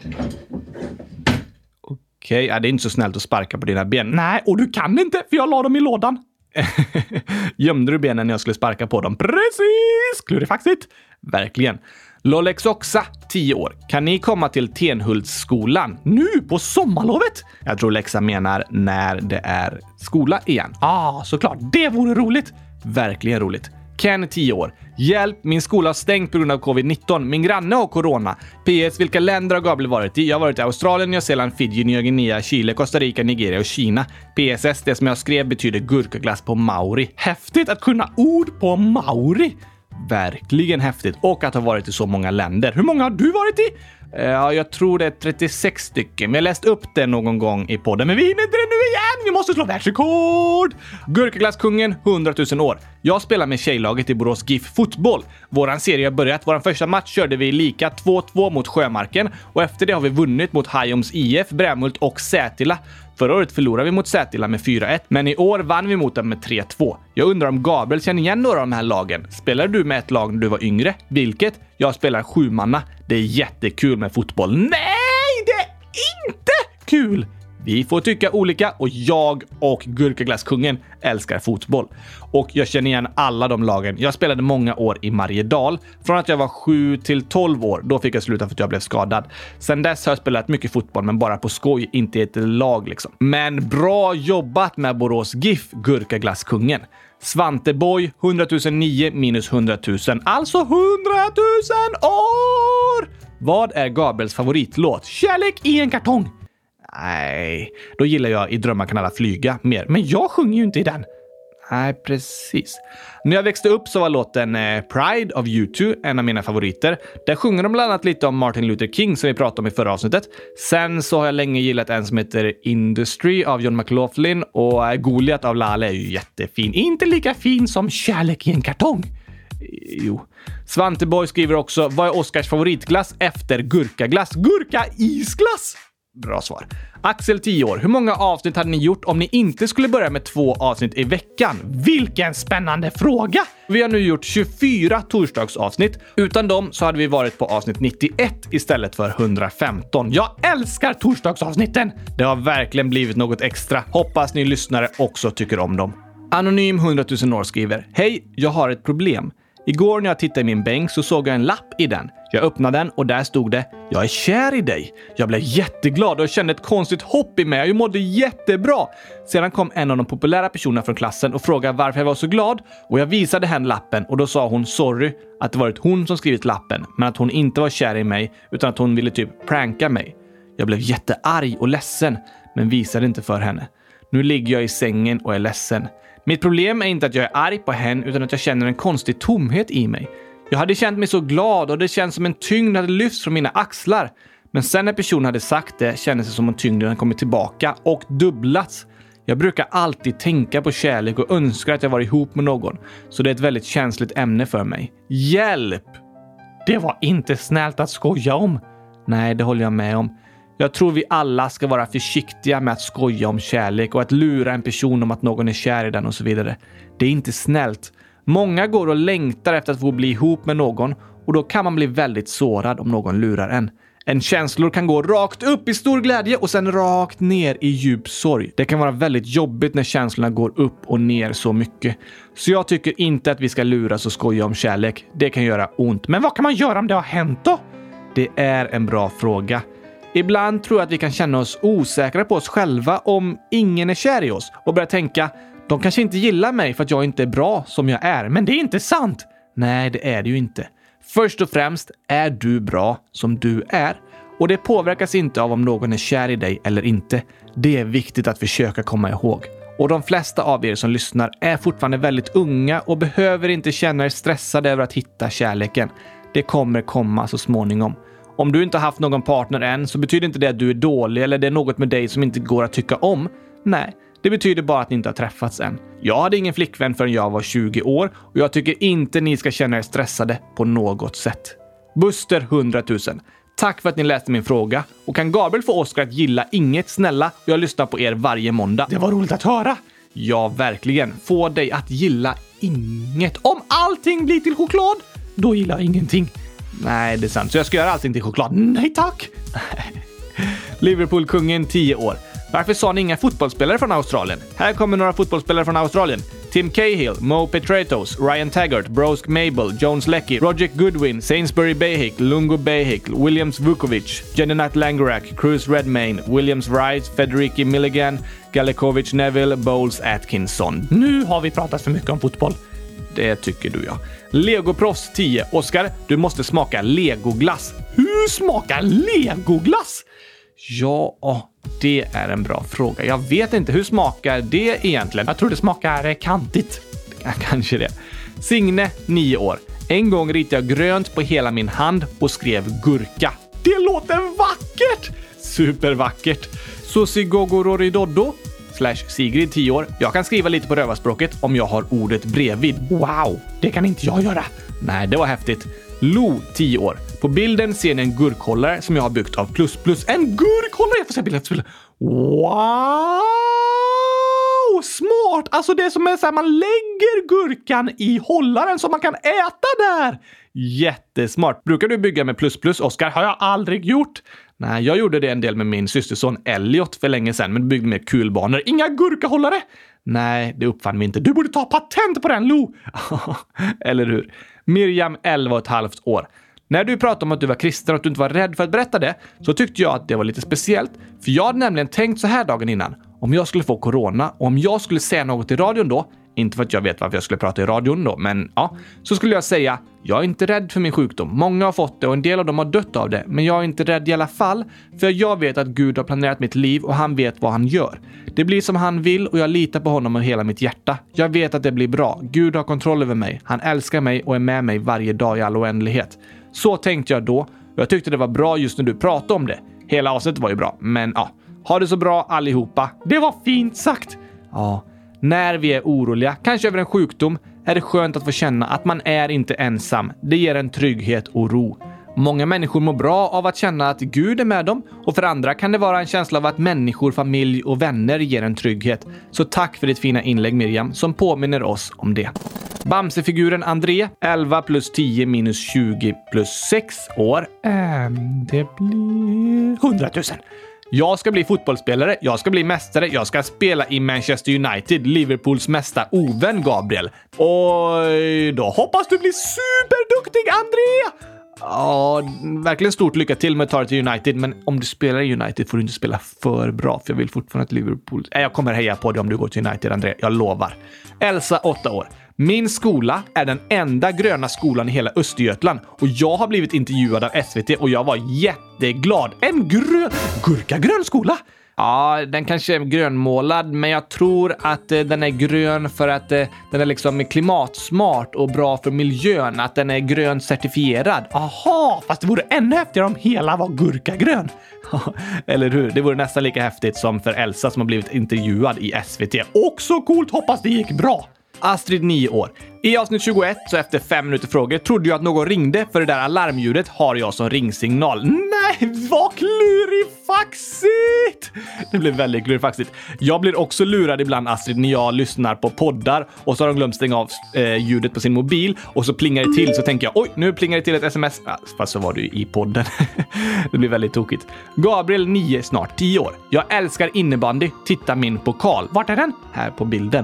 Okej, ja, det är inte så snällt att sparka på dina ben. Nej, och du kan inte för jag la dem i lådan. Gömde du benen när jag skulle sparka på dem? Precis! Klurifaxigt. Verkligen. Lolexoxa, 10 år. Kan ni komma till Tenhultsskolan? Nu på sommarlovet? Jag tror Lexa menar när det är skola igen. Såklart. Det vore roligt. Verkligen roligt. Ken, 10 år. Hjälp, min skola har stängt på grund av covid-19. Min granne har corona. PS, vilka länder har Gabriel varit i? Jag har varit i Australien, Nya Zeeland, Fiji, Nya Guinea, Chile, Costa Rica, Nigeria och Kina. PSS, det som jag skrev betyder gurkaglass på maori. Häftigt att kunna ord på maori. Verkligen häftigt. Och att ha varit i så många länder. Hur många har du varit i? Ja, jag tror det är 36 stycken. Jag läste upp det någon gång i podden, men vi hinner inte det nu igen. Vi måste slå världsrekord. Gurkaglasskungen, 100 000 år. Jag spelar med tjejlaget i Borås GIF fotboll. Våran serie har börjat. Våran första match körde vi lika 2-2 mot Sjömarken. Och efter det har vi vunnit mot Hajoms IF, Brämhult och Sätila. Förra året förlorade vi mot Sätila med 4-1, men i år vann vi mot dem med 3-2. Jag undrar om Gabriel känner igen några av de här lagen. Spelade du med ett lag när du var yngre? Vilket? Jag spelar 7-manna. Det är jättekul med fotboll. Nej, det är inte kul! Vi får tycka olika och jag och Gurkaglasskungen älskar fotboll. Och jag känner igen alla de lagen. Jag spelade många år i Mariedal. Från att jag var 7 till 12 år, då fick jag sluta för att jag blev skadad. Sen dess har jag spelat mycket fotboll, men bara på skoj, inte i ett lag liksom. Men bra jobbat med Borås GIF, Gurkaglasskungen. Svanteboy, 100 009 minus 100 000. Alltså 100 000 år! Vad är Gabriels favoritlåt? Kärlek i en kartong. Nej, då gillar jag I drömmar kan alla flyga mer. Men jag sjunger ju inte i den. Nej, precis. När jag växte upp så var låten Pride av U2 en av mina favoriter. Där sjunger de bland annat lite om Martin Luther King som vi pratade om i förra avsnittet. Sen så har jag länge gillat en som heter Industry av John McLaughlin och Goliath av Laleh är ju jättefin. Inte lika fin som Kärlek i en kartong. Jo. Svanteboy skriver också, vad är Oskars favoritglass efter gurkaglass? Gurka-isglass! Bra svar. Axel, 10 år. Hur många avsnitt hade ni gjort om ni inte skulle börja med 2 avsnitt i veckan? Vilken spännande fråga! Vi har nu gjort 24 torsdagsavsnitt. Utan dem så hade vi varit på avsnitt 91 istället för 115. Jag älskar torsdagsavsnitten! Det har verkligen blivit något extra. Hoppas ni lyssnare också tycker om dem. Anonym 100 000 år skriver, hej, jag har ett problem. Igår när jag tittade i min bänk så såg jag en lapp i den. Jag öppnade den och där stod det, jag är kär i dig. Jag blev jätteglad och kände ett konstigt hopp i mig. Jag mådde jättebra. Sedan kom en av de populära personerna från klassen och frågade varför jag var så glad. Och jag visade henne lappen och då sa hon sorry att det varit hon som skrivit lappen. Men att hon inte var kär i mig utan att hon ville typ pranka mig. Jag blev jättearg och ledsen men visade inte för henne. Nu ligger jag i sängen och är ledsen. Mitt problem är inte att jag är arg på henne utan att jag känner en konstig tomhet i mig. Jag hade känt mig så glad och det känns som en tyngd hade lyfts från mina axlar. Men sen när personen hade sagt det kändes det som om tyngden hade kommit tillbaka och dubblats. Jag brukar alltid tänka på kärlek och önskar att jag var ihop med någon. Så det är ett väldigt känsligt ämne för mig. Hjälp! Det var inte snällt att skoja om. Nej, det håller jag med om. Jag tror vi alla ska vara försiktiga med att skoja om kärlek och att lura en person om att någon är kär i den och så vidare. Det är inte snällt. Många går och längtar efter att få bli ihop med någon och då kan man bli väldigt sårad om någon lurar en. En känslor kan gå rakt upp i stor glädje och sen rakt ner i djup sorg. Det kan vara väldigt jobbigt när känslorna går upp och ner så mycket. Så jag tycker inte att vi ska luras och skoja om kärlek. Det kan göra ont. Men vad kan man göra om det har hänt då? Det är en bra fråga. Ibland tror jag att vi kan känna oss osäkra på oss själva om ingen är kär i oss och börja tänka, de kanske inte gillar mig för att jag inte är bra som jag är. Men det är inte sant. Nej, det är det ju inte. Först och främst är du bra som du är. Och det påverkas inte av om någon är kär i dig eller inte. Det är viktigt att försöka komma ihåg. Och de flesta av er som lyssnar är fortfarande väldigt unga och behöver inte känna er stressade över att hitta kärleken. Det kommer komma så småningom. Om du inte har haft någon partner än så betyder inte det att du är dålig eller det är något med dig som inte går att tycka om. Nej, det betyder bara att ni inte har träffats än. Jag hade ingen flickvän förrän jag var 20 år och jag tycker inte ni ska känna er stressade på något sätt. Buster 100 000. Tack för att ni läste min fråga. Och kan Gabriel få Oskar att gilla inget snälla? Jag lyssnar på er varje måndag. Det var roligt att höra. Ja, verkligen. Få dig att gilla inget. Om allting blir till choklad, då gillar jag ingenting. Nej, det är sant. Så jag ska göra allting till choklad. Nej, tack. Liverpool-kungen 10 år. Varför sa ni inga fotbollsspelare från Australien? Här kommer några fotbollsspelare från Australien. Tim Cahill, Mo Petratos, Ryan Taggart, Brosk Mabel, Jones Leckie, Roger Goodwin, Sainsbury Bayhick, Lungo Bayhick, Williams Vukovic, Jedinat Langerak, Cruz Redmayne, Williams Wright, Federiki Milligan, Galikovic Neville, Bowles Atkinson. Nu har vi pratat för mycket om fotboll. Det tycker du, ja. Legoproffs 10. Oskar, du måste smaka legoglass. Hur smakar legoglass? Ja, det är en bra fråga. Jag vet inte, hur smakar det egentligen? Jag tror det smakar kantigt. Ja, kanske det. Signe, 9 år. En gång ritade jag grönt på hela min hand och skrev gurka. Det låter vackert! Supervackert. Sosigogororidoddo /Sigrid 10 år. Jag kan skriva lite på rövarspråket om jag har ordet bredvid. Wow, det kan inte jag göra. Nej, det var häftigt. Lo 10 år. På bilden ser ni en gurkhållare som jag har byggt av plus. En gurkhållare! Jag får se bilden. Wow! Smart! Alltså det som är så här, man lägger gurkan i hållaren så man kan äta där. Jättesmart. Brukar du bygga med plus, Oskar? Har jag aldrig gjort. Nej, jag gjorde det en del med min systerson Elliot för länge sedan, men byggde mer kulbanor. Inga gurkahållare? Nej, det uppfann vi inte. Du borde ta patent på den, Lo! Eller hur? Miriam, 11,5 år. När du pratade om att du var kristen och att du inte var rädd för att berätta det, så tyckte jag att det var lite speciellt. För jag hade nämligen tänkt så här dagen innan. Om jag skulle få corona och om jag skulle säga något i radion då, inte för att jag vet varför jag skulle prata i radion då, men ja, så skulle jag säga, jag är inte rädd för min sjukdom. Många har fått det och en del av dem har dött av det, men jag är inte rädd i alla fall, för jag vet att Gud har planerat mitt liv och han vet vad han gör. Det blir som han vill och jag litar på honom med hela mitt hjärta. Jag vet att det blir bra. Gud har kontroll över mig. Han älskar mig och är med mig varje dag i all oändlighet. Så tänkte jag då och jag tyckte det var bra just när du pratade om det. Hela avsnittet var ju bra, men ja, ha det så bra allihopa. Det var fint sagt! Ja. När vi är oroliga, kanske över en sjukdom, är det skönt att få känna att man är inte ensam. Det ger en trygghet och ro. Många människor mår bra av att känna att Gud är med dem och för andra kan det vara en känsla av att människor, familj och vänner ger en trygghet. Så tack för ditt fina inlägg Miriam som påminner oss om det. Bamsefiguren André, 11 plus 10 minus 20 plus 6 år. Det blir 100 000. Jag ska bli fotbollsspelare, jag ska bli mästare, jag ska spela i Manchester United, Liverpools mesta ovän Gabriel. Oj, då hoppas du blir superduktig, André! Ja, verkligen stort lycka till med att ta det till United, men om du spelar i United får du inte spela för bra, för jag vill fortfarande att Liverpool... Jag kommer heja på dig om du går till United, André, jag lovar. Elsa, 8 år. Min skola är den enda gröna skolan i hela Östergötland och jag har blivit intervjuad av SVT och jag var jätteglad. En gurkagrön skola? Ja, den kanske är grönmålad, men jag tror att den är grön för att den är liksom klimatsmart och bra för miljön. Att den är grön certifierad. Aha, fast det vore ännu häftigare om hela var gurkagrön. Eller hur? Det vore nästan lika häftigt som för Elsa som har blivit intervjuad i SVT. Också coolt, hoppas det gick bra. Astrid, 9 år. I avsnitt 21, så efter 5 minuter frågor, trodde jag att någon ringde för det där alarmljudet har jag som ringsignal. Nej, vad klurifaxigt! Det blev väldigt klurifaxigt. Jag blir också lurad ibland, Astrid, när jag lyssnar på poddar och så har de glömt stänga av ljudet på sin mobil och så plingar det till, så tänker jag, oj, nu plingar det till ett sms. Fast så var det ju i podden. Det blir väldigt tokigt. Gabriel, 9, snart 10 år. Jag älskar innebandy. Titta min pokal. Vart är den? Här på bilden.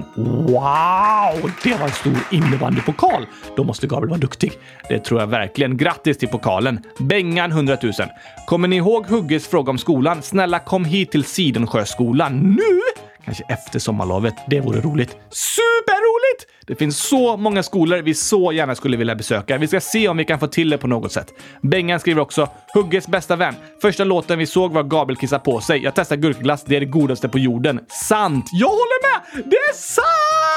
Wow, det var en stor innebandypokal. Då måste Gabriel vara duktig. Det tror jag verkligen. Grattis till pokalen. Bengan, 100 000. Kommer ni ihåg Hugges fråga om skolan? Snälla kom hit till Sidensjöskolan nu! Kanske efter sommarlovet. Det vore roligt. Superroligt! Det finns så många skolor vi så gärna skulle vilja besöka. Vi ska se om vi kan få till det på något sätt. Bengan skriver också, Hugges bästa vän. Första låten vi såg var Gabriel kissa på sig. Jag testar gurkglass, det är det godaste på jorden. Sant! Jag håller med! Det är sant!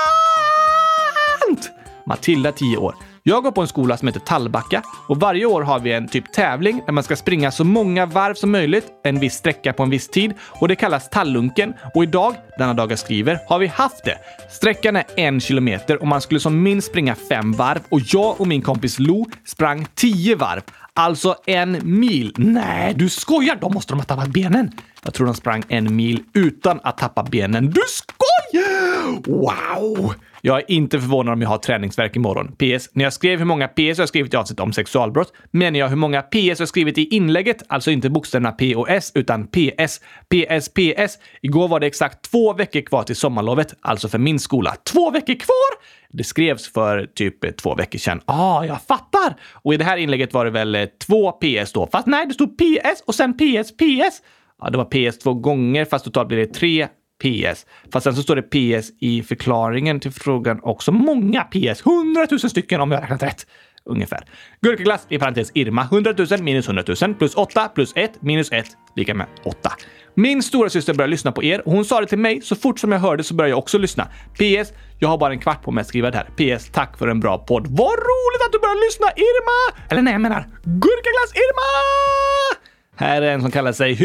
Matilda, 10 år. Jag går på en skola som heter Tallbacka och varje år har vi en typ tävling där man ska springa så många varv som möjligt, en viss sträcka på en viss tid, och det kallas Tallunken, och idag, denna dag jag skriver, har vi haft det. Sträckan är 1 kilometer och man skulle som minst springa 5 varv och jag och min kompis Lo sprang 10 varv. Alltså 1 mil. Nej, du skojar! Då måste de ha tappat benen. Jag tror de sprang 1 mil utan att tappa benen. Du skojar! Wow! Jag är inte förvånad om jag har träningsvärk imorgon. PS. När jag skrev hur många PS jag har skrivit i avsnitt om sexualbrott menar jag hur många PS jag har skrivit i inlägget. Alltså inte bokstäverna P och S utan PS. PS, PS. Igår var det exakt 2 veckor kvar till sommarlovet. Alltså för min skola. 2 veckor kvar? Det skrevs för typ 2 veckor sedan. Jag fattar. Och i det här inlägget var det väl 2 PS då. Fast nej, det stod PS och sen PS, PS. Ja, det var PS 2 gånger, fast totalt blir det 3 PS. Fast sen så står det PS i förklaringen till frågan också. Många PS. 100 000 stycken om jag räknat rätt. Ungefär. Gurkaglass i parentes Irma. 100 000 minus 100 000 plus 8 plus 1 minus 1 lika med 8. Min stora syster började lyssna på er och hon sa det till mig så fort som jag hörde så började jag också lyssna. PS, jag har bara en kvart på mig att skriva det här. PS, tack för en bra podd. Vad roligt att du började lyssna, Irma! Eller nej, jag menar Gurkaglass Irma! Här är en som kallar sig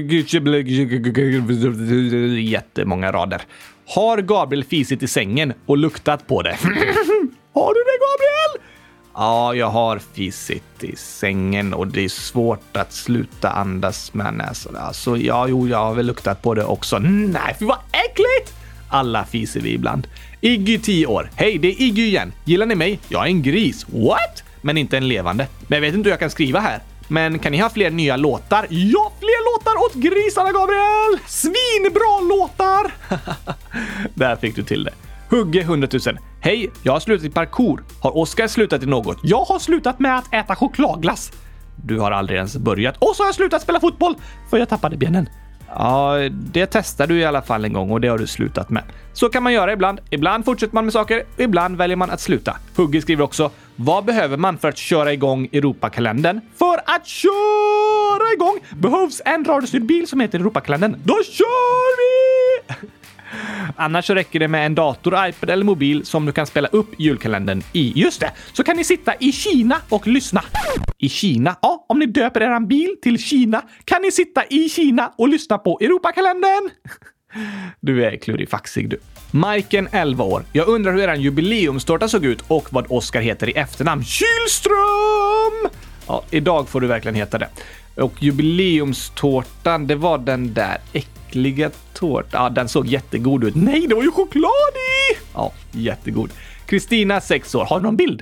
jättemånga rader. Har Gabriel fisit i sängen och luktat på det? Har du det, Gabriel? Ja, jag har fisit i sängen och det är svårt att sluta andas med näsan. Alltså, jag har väl luktat på det också. Nej, för vad äckligt! Alla fiser vi ibland. Iggy, 10 år. Hej, det är Iggy igen. Gillar ni mig? Jag är en gris. What? Men inte en levande. Men jag vet inte hur jag kan skriva här. Men kan ni ha fler nya låtar? Ja, fler låtar åt grisarna, Gabriel! Svinbra låtar! Där fick du till det. Hugge 100 000. Hej, jag har slutat i parkour. Har Oskar slutat i något? Jag har slutat med att äta chokladglass. Du har aldrig ens börjat. Och så har jag slutat spela fotboll, för jag tappade benen. Ja, det testade du i alla fall en gång och det har du slutat med. Så kan man göra ibland. Ibland fortsätter man med saker, ibland väljer man att sluta. Hugge skriver också, vad behöver man för att köra igång Europakalendern? För att köra igång behövs en radiostyrd bil som heter Europakalendern. Då kör vi! Annars så räcker det med en dator, iPad eller mobil som du kan spela upp julkalendern i. Just det, så kan ni sitta i Kina och lyssna. I Kina? Ja, om ni döper eran bil till Kina kan ni sitta i Kina och lyssna på Europakalendern. Du är klurifaxig du. Majken 11 år. Jag undrar hur eran jubileumstårta såg ut och vad Oskar heter i efternamn. Kylström! Ja, idag får du verkligen heta det. Och jubileumstårtan, det var den där äckliga tårtan. Ja, den såg jättegod ut. Nej, det var ju choklad i! Ja, jättegod. Kristina 6 år. Har du någon bild?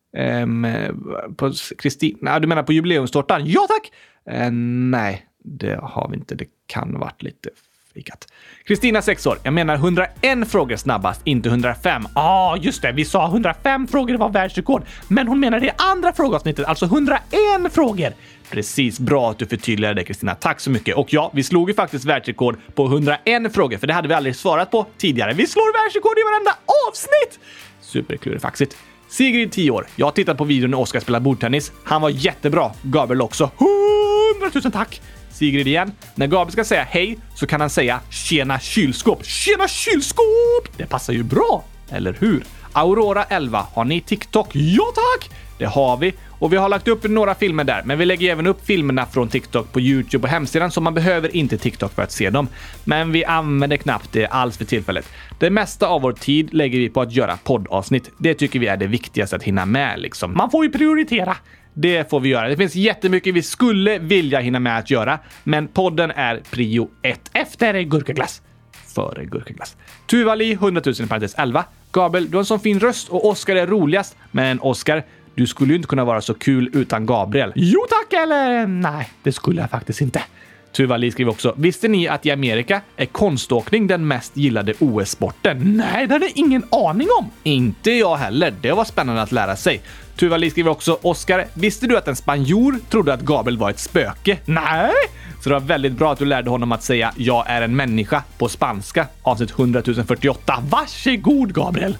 På Kristina, du menar på jubileumstårtan? Ja, tack! Nej, det har vi inte. Det kan ha varit lite fikat. Kristina 6 år. Jag menar 101 frågor snabbast, inte 105. Ja, just det. Vi sa 105 frågor var världsrekord. Men hon menar det andra frågeavsnittet, alltså 101 frågor. Precis, bra att du förtydligade det, Kristina. Tack så mycket. Och ja, vi slog ju faktiskt världsrekord på 101 frågor, för det hade vi aldrig svarat på tidigare. Vi slår världsrekord i varenda avsnitt! Superklurifaxigt. Sigrid 10 år. Jag har tittat på videon när Oskar spelar bordtennis. Han var jättebra. Gabriel också. 100 000 tack! Sigrid igen. När Gabriel ska säga hej så kan han säga tjena kylskåp. Tjena kylskåp! Det passar ju bra, eller hur? Aurora 11. Har ni TikTok? Ja tack! Det har vi. Och vi har lagt upp några filmer där. Men vi lägger även upp filmerna från TikTok på YouTube och hemsidan, så man behöver inte TikTok för att se dem. Men vi använder knappt det alls för tillfället. Det mesta av vår tid lägger vi på att göra poddavsnitt. Det tycker vi är det viktigaste att hinna med liksom. Man får ju prioritera. Det får vi göra. Det finns jättemycket vi skulle vilja hinna med att göra. Men podden är prio 1. Efter gurkaglass. Före gurkaglass. Tuvali 100 000 parentes 11. Gabriel, du har en sån fin röst och Oskar är roligast. Men Oskar, du skulle ju inte kunna vara så kul utan Gabriel. Jo tack, eller nej, det skulle jag faktiskt inte. Tuvali skriver också, visste ni att i Amerika är konståkning den mest gillade OS-sporten? Nej, det hade jag ingen aning om. Inte jag heller. Det var spännande att lära sig. Tuvali skriver också, Oskar, visste du att en spanjor trodde att Gabriel var ett spöke? Nej! Så det var väldigt bra att du lärde honom att säga jag är en människa på spanska, avsnitt 100 048. Varsågod, Gabriel!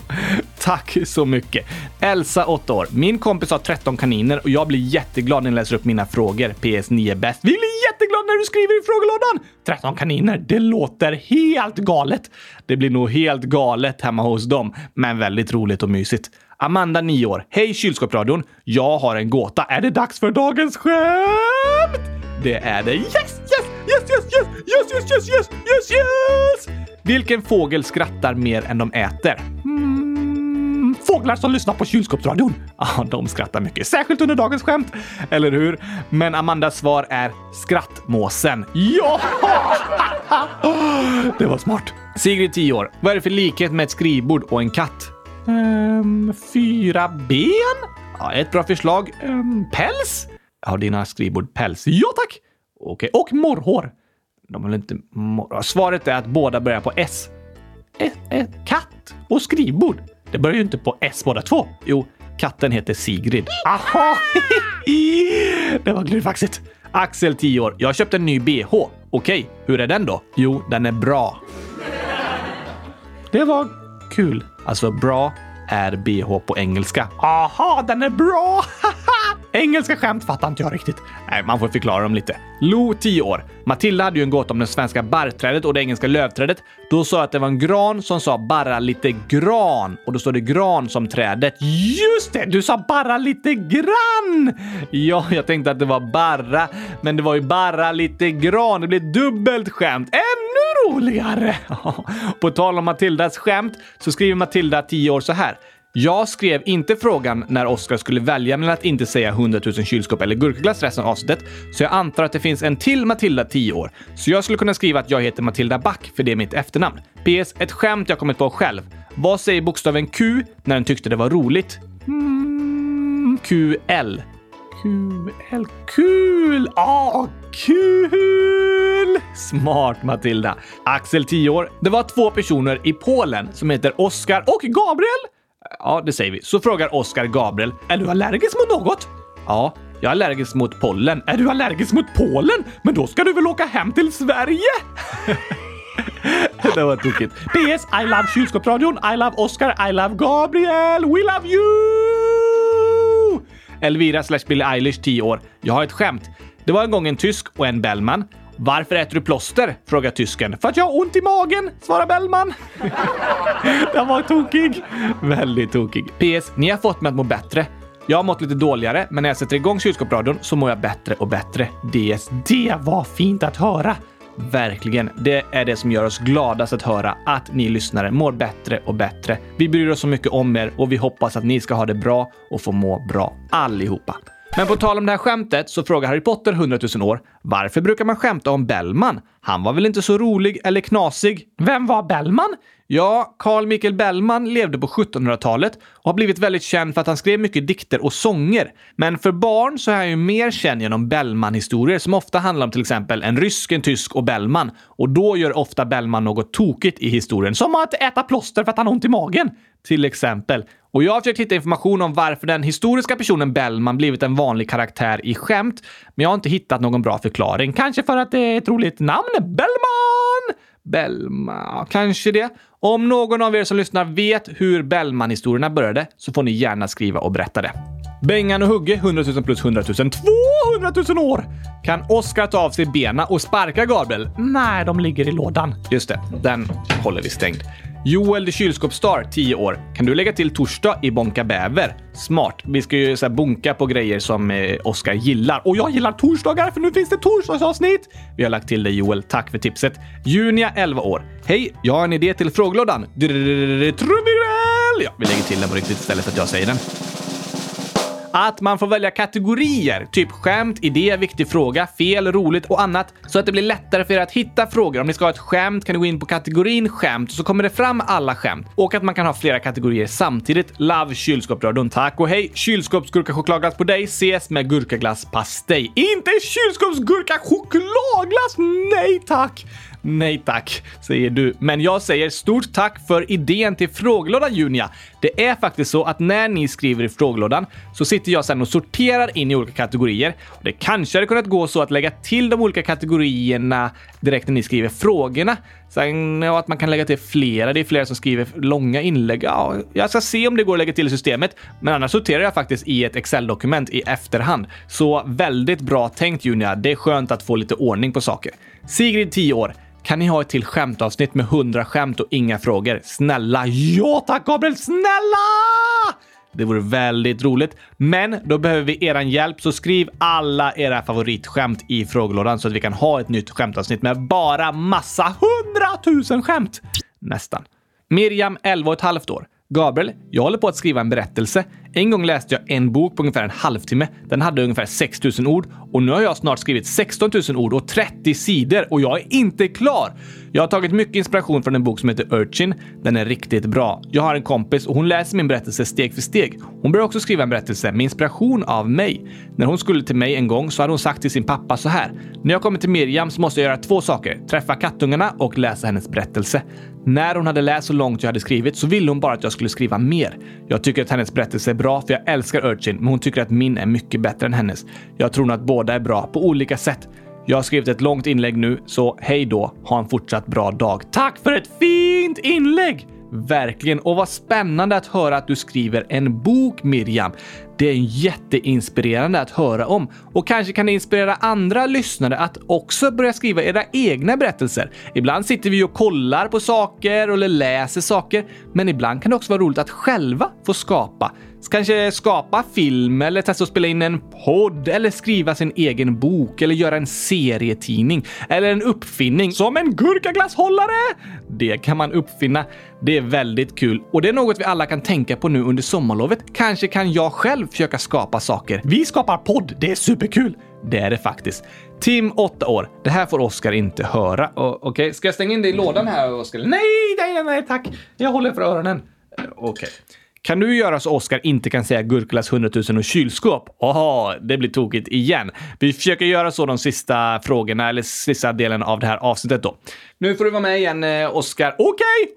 Tack så mycket. Elsa 8 år. Min kompis har 13 kaniner och jag blir jätteglad när jag läser upp mina frågor. PS9 är bäst. Vi blir jätteglada när du skriver i frågelådan. 13 kaniner, det låter helt galet. Det blir nog helt galet hemma hos dem, men väldigt roligt och mysigt. Amanda 9 år. Hej kylskåpsradion. Jag har en gåta. Är det dags för dagens skämt? Det är det. Yes, yes, yes, yes, yes, yes, yes, yes, yes, yes, yes. Vilken fågel skrattar mer än de äter? Fåglar som lyssnar på kylskåpsradion. Ja, de skrattar mycket. Särskilt under dagens skämt. Eller hur? Men Amandas svar är skrattmåsen. Ja! Det var smart. Sigrid 10 år. Vad är det för likhet med ett skrivbord och en katt? 4 ben? Ja, ett bra förslag. Päls? Har dina skrivbord päls? Ja, tack. Okej. Och morrhår. De har inte Svaret är att båda börjar på S. Katt och skrivbord. Det börjar ju inte på S båda två. Jo, katten heter Sigrid. Aha! Det var glurfaxigt. Axel 10 år. Jag köpte en ny BH. Okej, hur är den då? Jo, den är bra. Det var kul. Alltså bra är BH på engelska. Aha, den är bra! Engelska skämt fattar inte jag riktigt. Nej, man får förklara dem lite. Lo 10 år. Matilda hade ju en gåta om det svenska barrträdet och det engelska lövträdet. Då sa jag att det var en gran som sa bara lite gran. Och då står det gran som trädet. Just det, du sa bara lite grann! Ja, jag tänkte att det var bara. Men det var ju bara lite gran. Det blev dubbelt skämt. Ännu roligare! På tal om Matildas skämt så skriver Matilda 10 år så här. Jag skrev inte frågan när Oskar skulle välja mellan att inte säga 100 000 kylskåp eller gurkaglass resten av avsnittet, så jag antar att det finns en till Matilda 10 år. Så jag skulle kunna skriva att jag heter Matilda Back, för det är mitt efternamn. PS, ett skämt jag kommit på själv. Vad säger bokstaven Q när den tyckte det var roligt? QL. Kul! Kul! Smart, Matilda. Axel, 10 år. Det var 2 personer i Polen som heter Oskar och Gabriel. Ja, det säger vi. Så frågar Oskar Gabriel. Är du allergisk mot något? Ja, jag är allergisk mot pollen. Är du allergisk mot Polen? Men då ska du väl åka hem till Sverige? Det var tokigt. PS, I love kylskåpsradion, I love Oscar, I love Gabriel, we love you! Elvira/Billie Eilish, 10 år. Jag har ett skämt. Det var en gång en tysk och en Bellman. Varför äter du plåster? Frågar tysken. För att jag har ont i magen, svarar Bellman. Den var tokig. Väldigt tokig. PS, ni har fått mig att må bättre. Jag har mått lite dåligare, men när jag sätter igång kylskåpsradion så mår jag bättre och bättre. DS. Det var fint att höra. Verkligen. Det är det som gör oss gladast att höra, att ni lyssnare mår bättre och bättre. Vi bryr oss så mycket om er och vi hoppas att ni ska ha det bra och få må bra allihopa. Men på tal om det här skämtet så frågar Harry Potter 100 000 år, varför brukar man skämta om Bellman? Han var väl inte så rolig eller knasig? Vem var Bellman? Ja, Carl Michael Bellman levde på 1700-talet och har blivit väldigt känd för att han skrev mycket dikter och sånger. Men för barn så är han ju mer känd genom Bellman-historier som ofta handlar om till exempel en rysk, en tysk och Bellman. Och då gör ofta Bellman något tokigt i historien. Som att äta plåster för att han har ont i magen. Till exempel. Och jag har försökt hitta information om varför den historiska personen Bellman blivit en vanlig karaktär i skämt. Men jag har inte hittat någon bra förklaring. Kanske för att det är ett roligt namn. Bellman, kanske det. Om någon av er som lyssnar vet hur Bellman-historierna började så får ni gärna skriva och berätta det. Bengan och Hugge, 100 000 plus 100 000. 200 000 år! Kan Oskar ta av sig bena och sparka Gabriel? Nej, de ligger i lådan. Just det, den håller vi stängd. Joel the kylskåpsstar, 10 år. Kan du lägga till torsdag i Bonka Bäver? Smart. Vi ska ju så här bonka på grejer som Oskar gillar. Och jag gillar torsdagar för nu finns det torsdagsavsnitt. Vi har lagt till det, Joel. Tack för tipset. Junia, 11 år. Hej, jag har en idé till frågelådan. Trumvirvel! Ja, vi lägger till den på riktigt istället för att jag säger den. Att man får välja kategorier, typ skämt, idé, viktig fråga, fel, roligt och annat, så att det blir lättare för er att hitta frågor. Om ni ska ha ett skämt kan ni gå in på kategorin skämt så kommer det fram alla skämt. Och att man kan ha flera kategorier samtidigt. Love kylskåpsradion. Tack och hej. Kylskåpsgurka chokladglass på dig ses med gurkaglass pastej. Inte kylskåpsgurka chokladglass. Nej tack. Nej tack, säger du. Men jag säger stort tack för idén till frågelådan, Junia. Det är faktiskt så att när ni skriver i frågelådan så sitter jag sedan och sorterar in i olika kategorier. Och det kanske hade kunnat gå så att lägga till de olika kategorierna direkt när ni skriver frågorna. Sen att man kan lägga till flera. Det är flera som skriver långa inlägg. Ja, jag ska se om det går att lägga till i systemet. Men annars sorterar jag faktiskt i ett Excel-dokument i efterhand. Så väldigt bra tänkt, Junia. Det är skönt att få lite ordning på saker. Sigrid, 10 år. Kan ni ha ett till skämtavsnitt med 100 skämt och inga frågor? Snälla. Ja tack Gabriel, snälla! Det vore väldigt roligt. Men då behöver vi eran hjälp, så skriv alla era favoritskämt i frågelådan så att vi kan ha ett nytt skämtavsnitt med bara massa 100 000 skämt. Nästan. Miriam, 11,5 år. Gabriel, jag håller på att skriva en berättelse. En gång läste jag en bok på ungefär en halvtimme. Den hade ungefär 6 000 ord. Och nu har jag snart skrivit 16 000 ord och 30 sidor. Och jag är inte klar. Jag har tagit mycket inspiration från en bok som heter Urchin. Den är riktigt bra. Jag har en kompis och hon läser min berättelse steg för steg. Hon börjar också skriva en berättelse med inspiration av mig. När hon skulle till mig en gång så hade hon sagt till sin pappa så här: när jag kommer till Miriam så måste jag göra 2 saker. Träffa kattungarna och läsa hennes berättelse. När hon hade läst så långt jag hade skrivit så ville hon bara att jag skulle skriva mer. Jag tycker att hennes berättelse är bra för jag älskar Urchin, men hon tycker att min är mycket bättre än hennes. Jag tror nog att båda är bra på olika sätt. Jag har skrivit ett långt inlägg nu, så hej då. Ha en fortsatt bra dag. Tack för ett fint inlägg! Verkligen, och vad spännande att höra att du skriver en bok, Miriam. Det är jätteinspirerande att höra om. Och kanske kan det inspirera andra lyssnare att också börja skriva era egna berättelser. Ibland sitter vi och kollar på saker eller läser saker. Men ibland kan det också vara roligt att själva få skapa. Kanske skapa film eller testa att spela in en podd eller skriva sin egen bok eller göra en serietidning eller en uppfinning som en gurkaglasshållare. Det kan man uppfinna. Det är väldigt kul och det är något vi alla kan tänka på nu under sommarlovet. Kanske kan jag själv försöka skapa saker. Vi skapar podd, det är superkul. Det är det faktiskt. Tim, 8 år. Det här får Oskar inte höra. Okej, ska jag stänga in dig i lådan här, Oskar? Nej, tack. Jag håller för öronen. Okej. Kan du göra så Oscar inte kan säga gurkglass 100 000 och kylskåp? Det blir tokigt igen. Vi försöker göra så de sista frågorna eller sista delen av det här avsnittet då. Nu får du vara med igen, Oscar. Okej!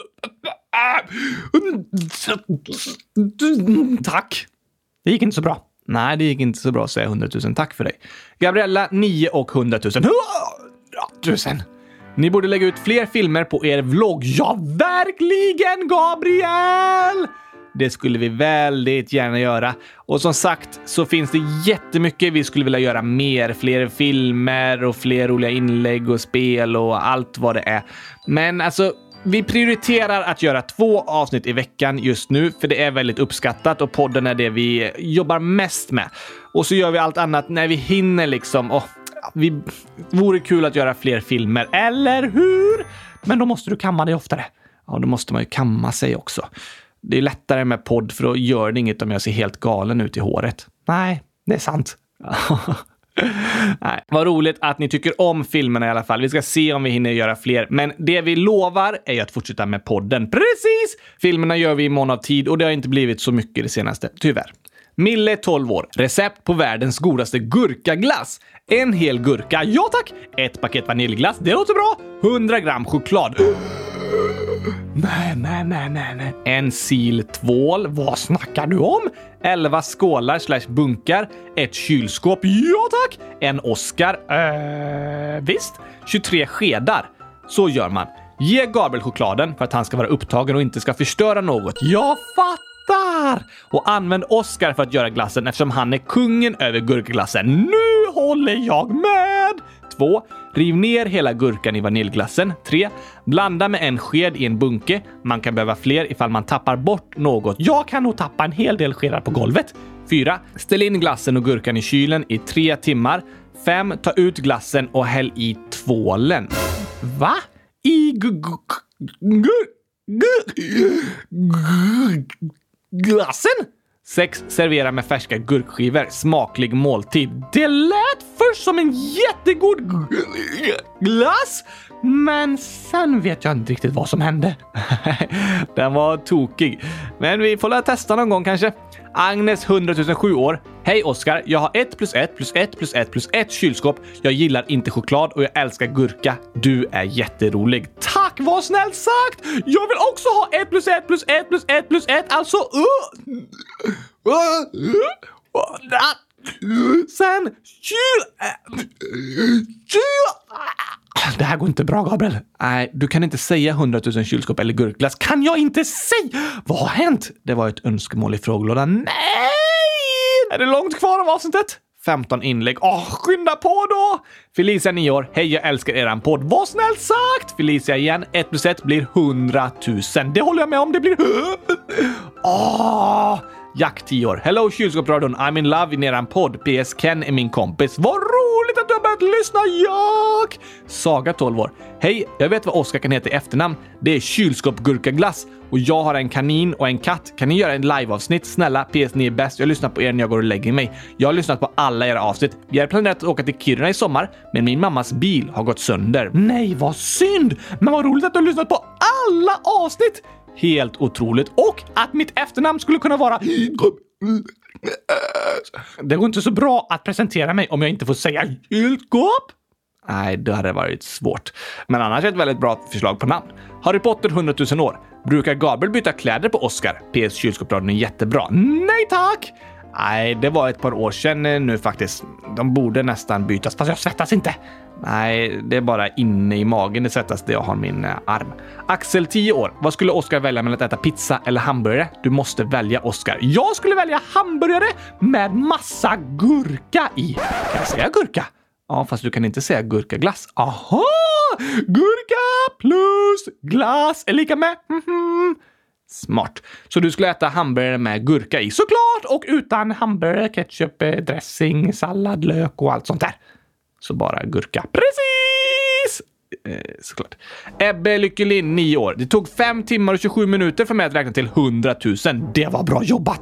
Tack. Det gick inte så bra. Nej, det gick inte så bra att säga 100 000. Tack för dig. Gabriella, 9 och 100 000. 100 000. Ni borde lägga ut fler filmer på er vlogg. Ja, verkligen, Gabriel! Det skulle vi väldigt gärna göra. Och som sagt så finns det jättemycket vi skulle vilja göra mer. Fler filmer och fler roliga inlägg och spel och allt vad det är. Men alltså, vi prioriterar att göra 2 avsnitt i veckan just nu. För det är väldigt uppskattat och podden är det vi jobbar mest med. Och så gör vi allt annat när vi hinner liksom. Det vore kul att göra fler filmer, eller hur? Men då måste du kamma dig oftare. Ja, då måste man ju kamma sig också. Det är lättare med podd för då gör det inget om jag ser helt galen ut i håret. Nej, det är sant. Nej, vad roligt att ni tycker om filmerna i alla fall. Vi ska se om vi hinner göra fler. Men det vi lovar är ju att fortsätta med podden. Precis! Filmerna gör vi i mån av tid och det har inte blivit så mycket det senaste, tyvärr. Mille, 12 år. Recept på världens godaste gurkaglass. En hel gurka, ja tack. 1 paket vaniljglass, det låter bra. 100 gram choklad. Nej. En sil tvål, vad snackar du om? 11 skålar / bunkar. 1 kylskåp, ja tack. En Oscar, visst. 23 skedar. Så gör man. Ge Gabriel chokladen för att han ska vara upptagen och inte ska förstöra något. Jag fattar. Och använd Oscar för att göra glassen eftersom han är kungen över gurkaglassen. Nu håller jag med! 2. Riv ner hela gurkan i vaniljglassen. 3. Blanda med en sked i en bunke. Man kan behöva fler ifall man tappar bort något. Jag kan nog tappa en hel del skedar på golvet. 4. Ställ in glassen och gurkan i kylen i 3 timmar. 5. Ta ut glassen och häll i tvålen. Va? I glassen? 6. Servera med färska gurkskivor. Smaklig måltid. Det lät först som en jättegod glass, men sen vet jag inte riktigt vad som hände. Den var tokig. Men vi får lära testa någon gång kanske. Agnes, 100 007 år. Hej Oscar, jag har 1 + 1 + 1 + 1 + 1 kylskåp. Jag gillar inte choklad och jag älskar gurka. Du är jätterolig. Tack, vad snällt sagt! Jag vill också ha 1 + 1 + 1 + 1 + 1, alltså sen Det här går inte bra, Gabriel. Nej, du kan inte säga 100 000 kylskåp eller gurkglass. Kan jag inte säga? Vad har hänt? Det var ett önskemål i frågelådan. Nej! Är det långt kvar av avsnittet? 15 inlägg. Skynda på då! Felicia, 9 år. Hej, jag älskar eran podd. Vad snällt sagt! Felicia igen. 1 + 1 blir 100 000. Det håller jag med om. Det blir... Jack, 10 år. Hello, kylskåpsradion. I'm in love in eran podd. PS Ken är min kompis. Vad roligt att du har börjat lyssna, Jack! Saga, 12 år. Hej, jag vet vad Oscar kan heta i efternamn. Det är kylskåpgurkaglass. Och jag har en kanin och en katt. Kan ni göra en liveavsnitt? Snälla, PS, ni är bäst. Jag lyssnar på er när jag går och lägger mig. Jag har lyssnat på alla era avsnitt. Vi har planerat att åka till Kiruna i sommar, men min mammas bil har gått sönder. Nej, vad synd! Men vad roligt att du har lyssnat på alla avsnitt! Helt otroligt. Och att mitt efternamn skulle kunna vara... Det går inte så bra att presentera mig om jag inte får säga kylskåp. Nej, det hade varit svårt. Men annars är ett väldigt bra förslag på namn. Harry Potter, 100 000 år. Brukar Gabriel byta kläder på Oscar? PS kylskåpsradion är jättebra. Nej tack! Nej, det var ett par år sedan nu faktiskt. De borde nästan bytas. Fast jag svettas inte. Nej, det är bara inne i magen det svettas där jag har min arm. Axel, 10 år. Vad skulle Oscar välja mellan att äta pizza eller hamburgare? Du måste välja Oscar. Jag skulle välja hamburgare med massa gurka i. Kan jag säga gurka? Ja, fast du kan inte säga gurkaglass. Aha! Gurka plus glass är lika med... Smart. Så du skulle äta hamburgare med gurka i? Såklart! Och utan hamburgare, ketchup, dressing, sallad, lök och allt sånt där. Så bara gurka. Precis! Såklart. Ebbe Lyckelin, 9 år. Det tog 5 timmar och 27 minuter för mig att räkna till 100 000. Det var bra jobbat.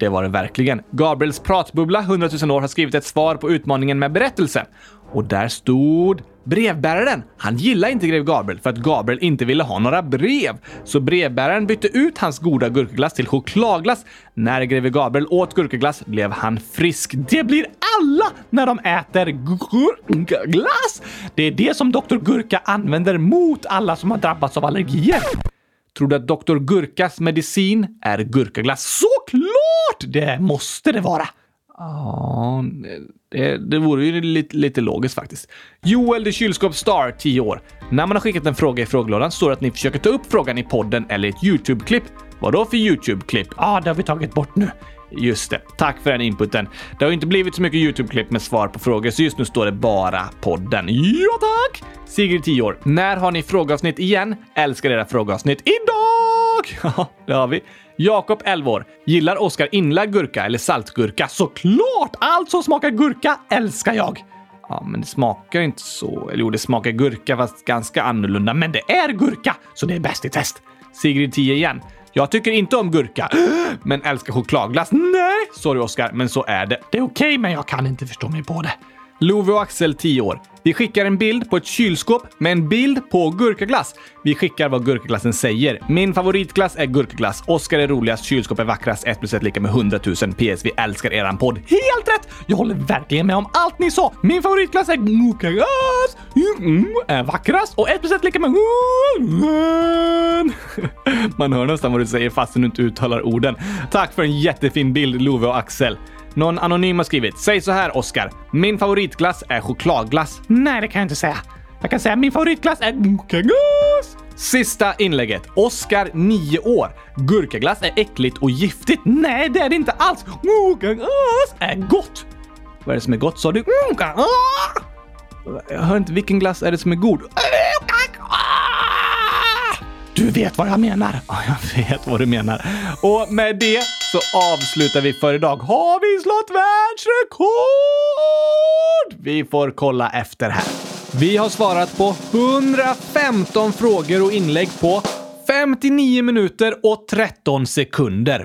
det var det verkligen. Gabriels pratbubbla 100 000 år har skrivit ett svar på utmaningen med berättelse. Och där stod brevbäraren. Han gillade inte grev Gabriel för att Gabriel inte ville ha några brev. Så brevbäraren bytte ut hans goda gurkaglass till chokladglass. När greve Gabriel åt gurkaglass blev han frisk. Det blir alla när de äter gurkaglass. Det är det som Dr. Gurka använder mot alla som har drabbats av allergier. Tror du att Dr. Gurkas medicin är gurkaglass? Såklart! Det måste det vara. Ja, det vore ju lite logiskt faktiskt. Joel the Kylskåp Star, 10 år. När man har skickat en fråga i frågelådan står det att ni försöker ta upp frågan i podden eller ett YouTube-klipp. Vad då för YouTube-klipp? Ja, det har vi tagit bort nu. Just det. Tack för den inputen. Det har ju inte blivit så mycket YouTube-klipp med svar på frågor, så just nu står det bara podden. Ja, tack! Sigrid, 10 år. När har ni frågeavsnitt igen? Älskar era frågeavsnitt. Idag! Ja, det har vi. Jakob, 11 år. Gillar Oskar inlagd gurka eller saltgurka? Såklart! Allt som smakar gurka älskar jag. Ja, men det smakar inte så. Eller jo, det smakar gurka fast ganska annorlunda. Men det är gurka, så det är bäst i test. Sigrid, 10 igen. Jag tycker inte om gurka, men älskar chokladglass. Nej! Sorry Oskar, men så är det. Det är okej, men jag kan inte förstå mig på det. Love och Axel, 10 år. Vi skickar en bild på ett kylskåp med en bild på gurkaglass. Vi skickar vad gurkaglassen säger. Min favoritglass är gurkaglass. Oskar är roligast, kylskåp är vackrast. 1 + 1 = 100 000. PS, vi älskar eran podd. Helt rätt! Jag håller verkligen med om allt ni sa. Min favoritglass är gurkaglass. Är vackrast och 1 + 1 = 100. Man hör nästan vad du säger fast du inte uttalar orden. Tack för en jättefin bild, Love och Axel. Någon anonym har skrivit: säg så här Oskar, min favoritglass är chokladglass. Nej, det kan jag inte säga. Jag kan säga min favoritglass är gurkaglass. Sista inlägget. Oskar, 9 år. Gurkaglass är äckligt och giftigt. Nej, det är det inte alls. Gurkaglass är gott. Vad är det som är gott, sa du? Jag hör inte, vilken glass är det som är god? Du vet vad jag menar. Ja, jag vet vad du menar. Och med det så avslutar vi för idag. Har vi slått världsrekord? Vi får kolla efter här. Vi har svarat på 115 frågor och inlägg på 59 minuter och 13 sekunder.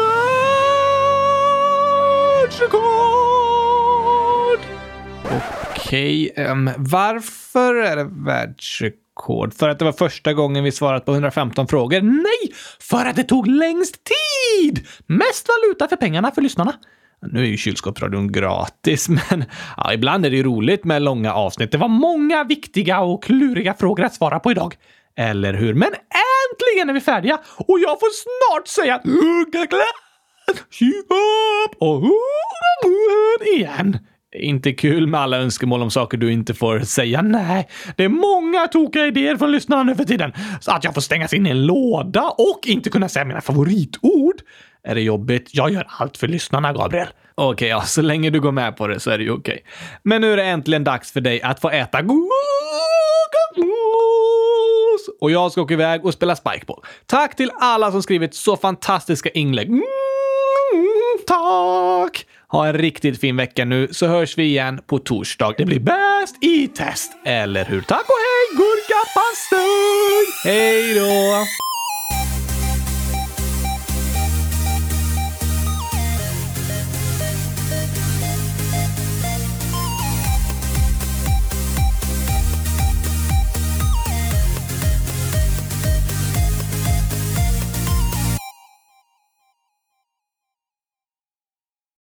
Världsrekord! Okej, varför är det världsrekord? För att det var första gången vi svarat på 115 frågor? Nej, för att det tog längst tid! Mest valuta för pengarna för lyssnarna. Nu är ju Kylskåpsradion gratis, men ja, ibland är det ju roligt med långa avsnitt. Det var många viktiga och kluriga frågor att svara på idag. Eller hur? Men äntligen är vi färdiga och jag får snart säga igen. Inte kul med alla önskemål om saker du inte får säga. Nej, det är många tokiga idéer från lyssnarna nu för tiden. Så att jag får stängas in i en låda och inte kunna säga mina favoritord. Är det jobbigt? Jag gör allt för lyssnarna, Gabriel. Okej, ja, så länge du går med på det så är det ju okej. Men nu är det äntligen dags för dig att få äta gurkaglass. Och jag ska åka iväg och spela spikeball. Tack till alla som skrivit så fantastiska inlägg. Tack! Ha en riktigt fin vecka nu, så hörs vi igen på torsdag. Det blir bäst i test. Eller hur? Tack och hej, gurkapastej! Hej då!